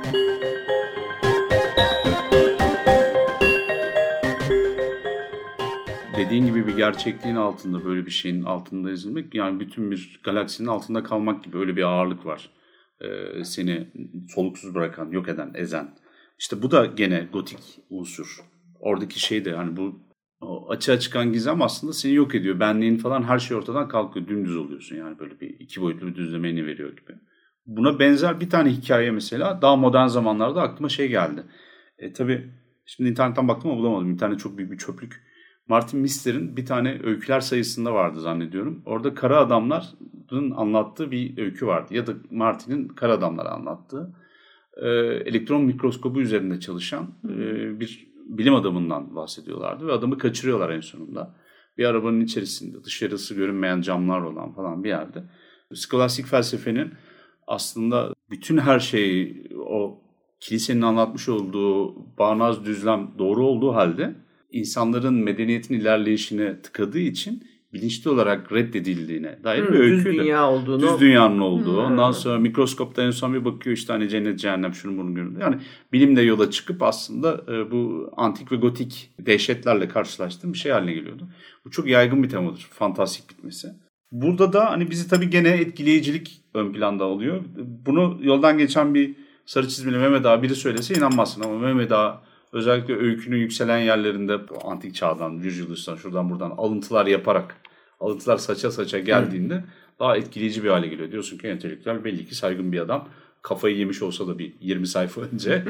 Dediğin gibi bir gerçekliğin altında böyle bir şeyin altında ezilmek yani bütün bir galaksinin altında kalmak gibi öyle bir ağırlık var. Ee, seni soluksuz bırakan, yok eden, ezen. İşte bu da gene gotik unsur. Oradaki şey de hani bu açığa çıkan gizem aslında seni yok ediyor. Benliğin falan her şey ortadan kalkıyor. Dümdüz oluyorsun yani böyle bir iki boyutlu bir düzlemeni veriyor gibi. Buna benzer bir tane hikaye mesela daha modern zamanlarda aklıma şey geldi. E, tabii şimdi internetten baktım ama bulamadım. İnternet çok büyük bir çöplük. Martin Mister'in bir tane öyküler sayısında vardı zannediyorum. Orada kara adamların anlattığı bir öykü vardı. Ya da Martin'in kara adamları anlattığı. E, elektron mikroskobu üzerinde çalışan e, bir bilim adamından bahsediyorlardı. Ve adamı kaçırıyorlar en sonunda. Bir arabanın içerisinde dışarısı görünmeyen camlar olan falan bir yerde. Skolastik felsefenin aslında bütün her şeyi o kilisenin anlatmış olduğu bağnaz düzlem doğru olduğu halde insanların medeniyetin ilerleyişine tıkadığı için bilinçli olarak reddedildiğine dair hmm, bir öyküydü. Düz dünya olduğunu. Düz dünyanın olduğu. Hmm. Ondan sonra mikroskopta en son bir bakıyor işte hani cennet cehennem şunu bunu görüyor. Yani bilimle yola çıkıp aslında e, bu antik ve gotik dehşetlerle karşılaştığım bir şey haline geliyordu. Bu çok yaygın bir temadır. Fantastik bitmesi. Burada da hani bizi tabii gene etkileyicilik ön planda oluyor. Bunu yoldan geçen bir sarı çizmeli Mehmet Ağa biri söylese inanmazsın ama Mehmet Ağa özellikle öykünün yükselen yerlerinde antik çağdan, Virgilius'tan şuradan buradan alıntılar yaparak, alıntılar saça saça geldiğinde Hı. daha etkileyici bir hale geliyor. Diyorsun ki entelektüel belli ki saygın bir adam. Kafayı yemiş olsa da bir yirmi sayfa önce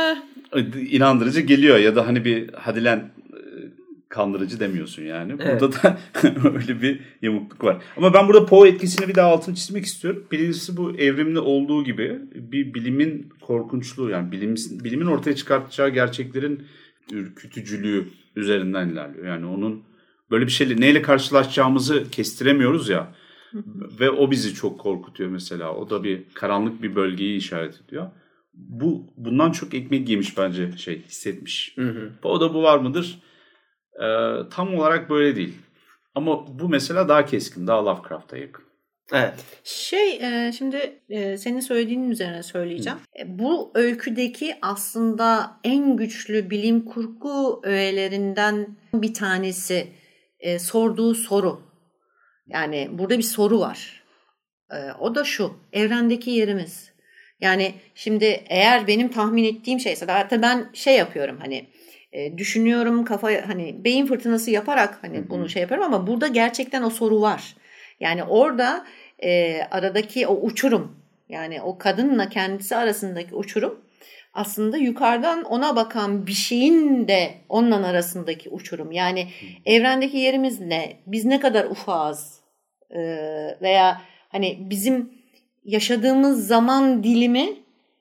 inandırıcı geliyor ya da hani bir hadi lan kandırıcı demiyorsun yani. Evet. Burada da öyle bir yamukluk var. Ama ben burada Poe etkisini bir daha altını çizmek istiyorum. Birincisi bu evrimde olduğu gibi bir bilimin korkunçluğu yani bilim, bilimin ortaya çıkartacağı gerçeklerin ürkütücülüğü üzerinden ilerliyor. Yani onun böyle bir şeyle neyle karşılaşacağımızı kestiremiyoruz ya. Ve o bizi çok korkutuyor mesela. O da bir karanlık bir bölgeyi işaret ediyor. Bu bundan çok ekmek yemiş bence şey hissetmiş. Hı hı. Poe'da bu var mıdır? Ee, tam olarak böyle değil. Ama bu mesela daha keskin, daha Lovecraft'a yakın. Evet. Şey, e, şimdi e, senin söylediğinin üzerine söyleyeceğim. E, bu öyküdeki aslında en güçlü bilim kurgu öğelerinden bir tanesi e, sorduğu soru. Yani burada bir soru var. E, o da şu, evrendeki yerimiz. Yani şimdi eğer benim tahmin ettiğim şeyse, hatta ben şey yapıyorum hani, E, düşünüyorum kafaya hani beyin fırtınası yaparak hani Hı-hı. bunu şey yaparım ama burada gerçekten o soru var. Yani orada e, aradaki o uçurum yani o kadınla kendisi arasındaki uçurum aslında yukarıdan ona bakan bir şeyin de onunla arasındaki uçurum. Yani Hı-hı. evrendeki yerimiz ne? Biz ne kadar ufağız? E, veya hani bizim yaşadığımız zaman dilimi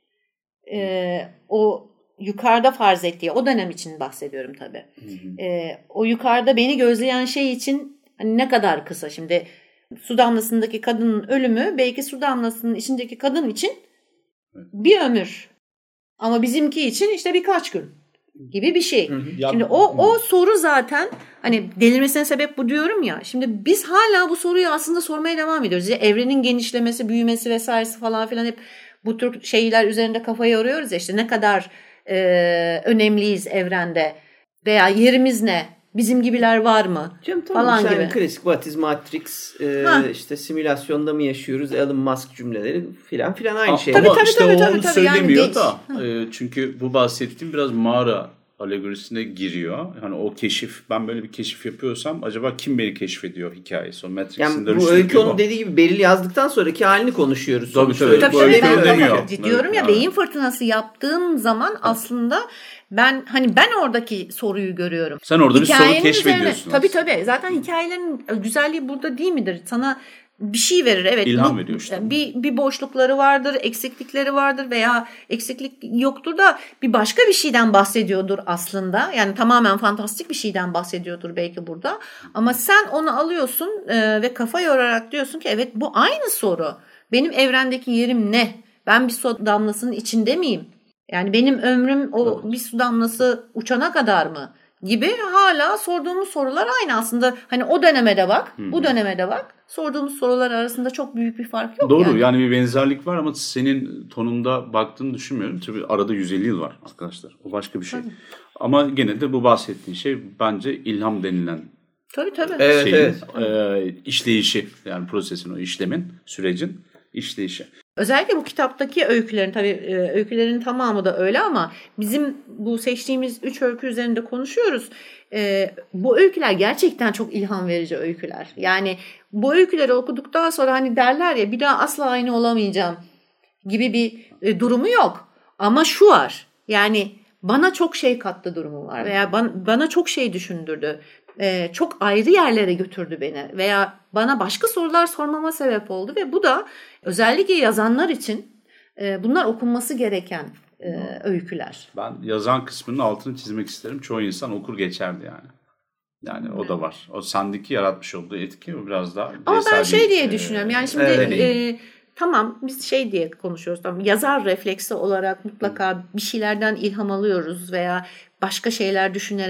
e, o yukarıda farz ettiği, o dönem için bahsediyorum tabii. Hı hı. E, o yukarıda beni gözleyen şey için hani ne kadar kısa. Şimdi su damlasındaki kadının ölümü belki su damlasının içindeki kadın için bir ömür. Ama bizimki için işte birkaç gün gibi bir şey. Hı hı. Şimdi o o soru zaten hani delirmesine sebep bu diyorum ya. Şimdi biz hala bu soruyu aslında sormaya devam ediyoruz. Ya, evrenin genişlemesi, büyümesi vesairesi falan filan hep bu tür şeyler üzerinde kafayı yoruyoruz ya işte ne kadar Ee, önemliyiz evrende veya yerimiz ne? Bizim gibiler var mı? Canım, falan yani gibi. Klasik What is Matrix e, işte simülasyonda mı yaşıyoruz? Elon Musk cümleleri filan filan aynı Aa, şey. Ama tabii, işte tabii, o tabii, onu tabii, söylemiyor yani da. E, çünkü bu bahsettiğim biraz mağara alegorisine giriyor. Hani o keşif, ben böyle bir keşif yapıyorsam acaba kim beni keşfediyor hikayesi. O Matrix'in yani dönüştüğü bu öykü onun dediği gibi Beril yazdıktan sonraki halini konuşuyoruz. Tabii tabii. tabii, bu öykü ben demiyor. Diyorum evet, ya evet. Beyin fırtınası yaptığım zaman evet. aslında ben hani ben oradaki soruyu görüyorum. Sen orada Hikayenin bir soru keşfediyorsun. Üzerine, tabii tabii. Zaten hikayelerin güzelliği burada değil midir? Sana bir şey verir. Evet. İlham bu, veriyor işte. Bir, bir boşlukları vardır, eksiklikleri vardır veya eksiklik yoktur da bir başka bir şeyden bahsediyordur aslında. Yani tamamen fantastik bir şeyden bahsediyordur belki burada. Ama sen onu alıyorsun e, ve kafa yorarak diyorsun ki evet bu aynı soru. Benim evrendeki yerim ne? Ben bir su damlasının içinde miyim? Yani benim ömrüm o evet. bir su damlası uçana kadar mı? Gibi hala sorduğumuz sorular aynı aslında. Hani o döneme de bak, Hı-hı. bu döneme de bak. Sorduğumuz sorular arasında çok büyük bir fark yok. Doğru yani. yani bir benzerlik var ama senin tonunda baktığını düşünmüyorum. Tabii arada yüz elli yıl var arkadaşlar. O başka bir şey. Tabii. Ama gene de bu bahsettiğin şey bence ilham denilen tabii, tabii. Evet, şeyin evet. E, işleyişi. Yani prosesin, o işlemin, sürecin işleyişi. Özellikle bu kitaptaki öykülerin tabii öykülerin tamamı da öyle ama bizim bu seçtiğimiz üç öykü üzerinde konuşuyoruz. Ee, bu öyküler gerçekten çok ilham verici öyküler. Yani bu öyküleri okuduktan sonra hani derler ya bir daha asla aynı olamayacağım gibi bir e, durumu yok. Ama şu var yani bana çok şey kattı durumu var veya bana, bana çok şey düşündürdü. Ee, çok ayrı yerlere götürdü beni veya bana başka sorular sormama sebep oldu ve bu da özellikle yazanlar için e, bunlar okunması gereken e, öyküler. Ben yazan kısmının altını çizmek isterim. Çoğu insan okur geçerdi yani. Yani o da var. O sendeki yaratmış olduğu etki o biraz daha. Ama ben şey diye e, düşünüyorum. Yani şimdi evet. e, tamam biz şey diye konuşuyoruz. Tamam, yazar refleksi olarak mutlaka bir şeylerden ilham alıyoruz veya başka şeyler düşünerek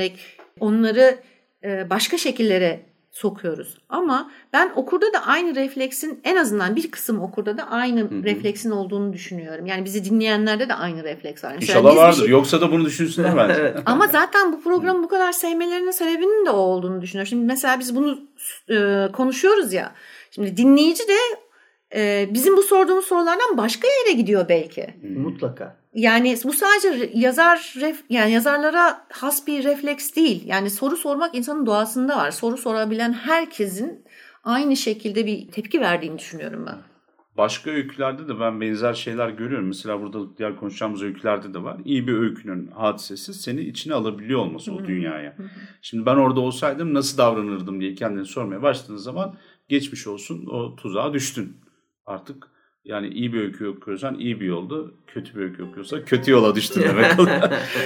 onları başka şekillere sokuyoruz. Ama ben okurda da aynı refleksin, en azından bir kısım okurda da aynı Hı-hı. refleksin olduğunu düşünüyorum. Yani bizi dinleyenlerde de aynı refleks var. Mesela İnşallah vardır. Şey... Yoksa da bunu düşünsünler bence. Ama zaten bu programı bu kadar sevmelerinin sebebinin de o olduğunu düşünüyorum. Şimdi mesela biz bunu e, konuşuyoruz ya. Şimdi dinleyici de e, bizim bu sorduğumuz sorulardan başka yere gidiyor belki. Mutlaka. Yani bu sadece yazar yani yazarlara has bir refleks değil. Yani soru sormak insanın doğasında var. Soru sorabilen herkesin aynı şekilde bir tepki verdiğini düşünüyorum ben. Başka öykülerde de ben benzer şeyler görüyorum. Mesela burada diğer konuşacağımız öykülerde de var. İyi bir öykünün hadisesi seni içine alabiliyor olması o dünyaya. Şimdi ben orada olsaydım nasıl davranırdım diye kendini sormaya başladığınız zaman geçmiş olsun, o tuzağa düştün. Artık yani iyi bir öykü okuyorsan iyi bir yolda, kötü bir öykü okuyorsan kötü yola düştün demek oluyor.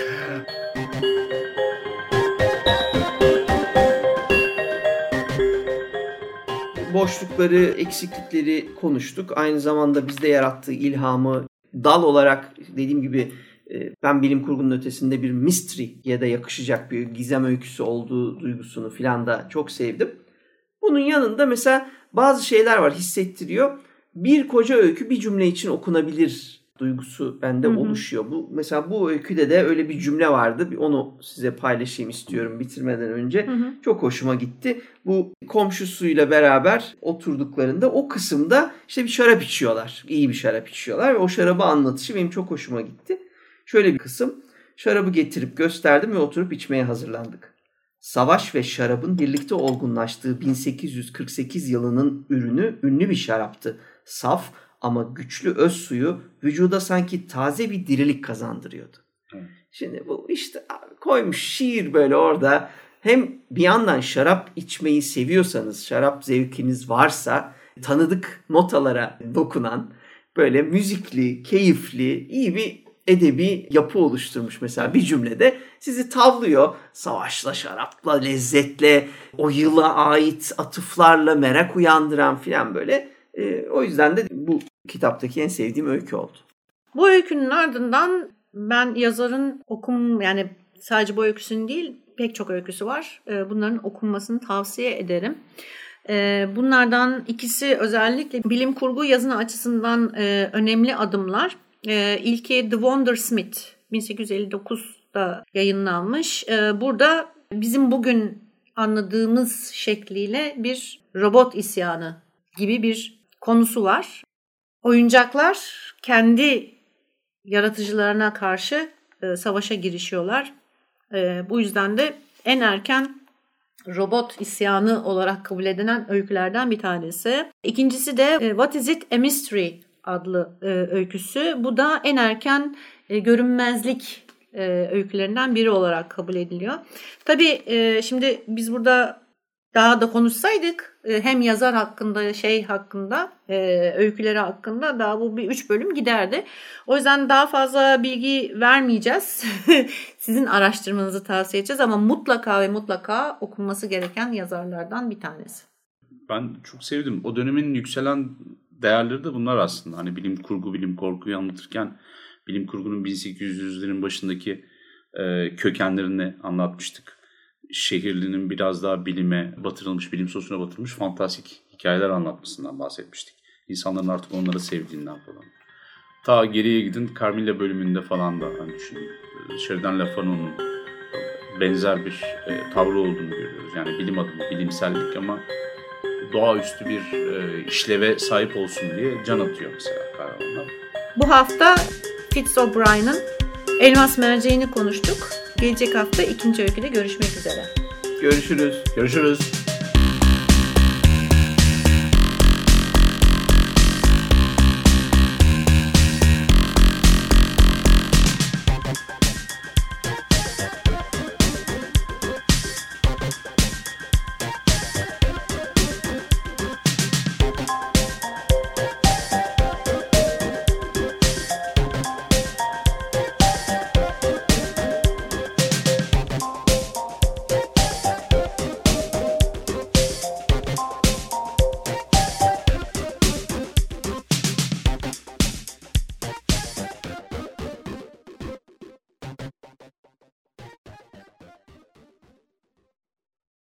Boşlukları, eksiklikleri konuştuk. Aynı zamanda bizde yarattığı ilhamı dal olarak dediğim gibi ben bilim kurgunun ötesinde bir mystery'ye de yakışacak bir gizem öyküsü olduğu duygusunu filan da çok sevdim. Bunun yanında mesela bazı şeyler var, hissettiriyor. Bir koca öykü bir cümle için okunabilir duygusu bende hı hı. oluşuyor. Bu mesela bu öyküde de öyle bir cümle vardı. Bir onu size paylaşayım istiyorum bitirmeden önce. Hı hı. Çok hoşuma gitti. Bu komşusuyla beraber oturduklarında o kısımda işte bir şarap içiyorlar. İyi bir şarap içiyorlar ve o şarabı anlatışı benim çok hoşuma gitti. Şöyle bir kısım. Şarabı getirip gösterdim ve oturup içmeye hazırlandık. Savaş ve şarabın birlikte olgunlaştığı bin sekiz yüz kırk sekiz yılının ürünü ünlü bir şaraptı. Saf ama güçlü öz suyu vücuda sanki taze bir dirilik kazandırıyordu. Hı. Şimdi bu işte koymuş şiir böyle orada. Hem bir yandan şarap içmeyi seviyorsanız, şarap zevkiniz varsa tanıdık notalara dokunan böyle müzikli, keyifli, iyi bir edebi yapı oluşturmuş mesela bir cümlede. Sizi tavlıyor. Savaşla, şarapla, lezzetle, o yıla ait atıflarla merak uyandıran filan böyle. E, o yüzden de bu kitaptaki en sevdiğim öykü oldu. Bu öykünün ardından ben yazarın okum yani sadece bu öyküsünün değil pek çok öyküsü var. E, bunların okunmasını tavsiye ederim. E, bunlardan ikisi özellikle bilim kurgu yazını açısından e, önemli adımlar. E, ilki The Wondersmith bin sekiz yüz elli dokuzda yayınlanmış. E, burada bizim bugün anladığımız şekliyle bir robot isyanı gibi bir konusu var. Oyuncaklar kendi yaratıcılarına karşı e, savaşa girişiyorlar. E, bu yüzden de en erken robot isyanı olarak kabul edilen öykülerden bir tanesi. İkincisi de e, What is it a Mystery adlı e, öyküsü. Bu da en erken e, görünmezlik e, öykülerinden biri olarak kabul ediliyor. Tabii e, şimdi biz burada daha da konuşsaydık e, hem yazar hakkında şey hakkında e, öyküleri hakkında daha bu bir üç bölüm giderdi. O yüzden daha fazla bilgi vermeyeceğiz. Sizin araştırmanızı tavsiye edeceğiz ama mutlaka ve mutlaka okunması gereken yazarlardan bir tanesi. Ben çok sevdim. O dönemin yükselen değerleri de bunlar aslında. Hani bilim kurgu, bilim korkuyu anlatırken bilim kurgunun bin sekiz yüzlerin başındaki e, kökenlerini anlatmıştık. Şehirlinin biraz daha bilime batırılmış, bilim sosuna batırılmış fantastik hikayeler anlatmasından bahsetmiştik. İnsanların artık onları sevdiğinden falan. Ta geriye gidin Carmilla bölümünde falan da hani düşünün. Sheridan Le Fanu'nun benzer bir e, tavrı olduğunu görüyoruz. Yani bilim adamı, bilimsellik ama doğaüstü bir e, işleve sahip olsun diye can atıyor mesela kahramanlar. Bu hafta Fitz O'Brien'in Elmas Merceğini konuştuk. Gelecek hafta ikinci öyküde görüşmek üzere. Görüşürüz. Görüşürüz.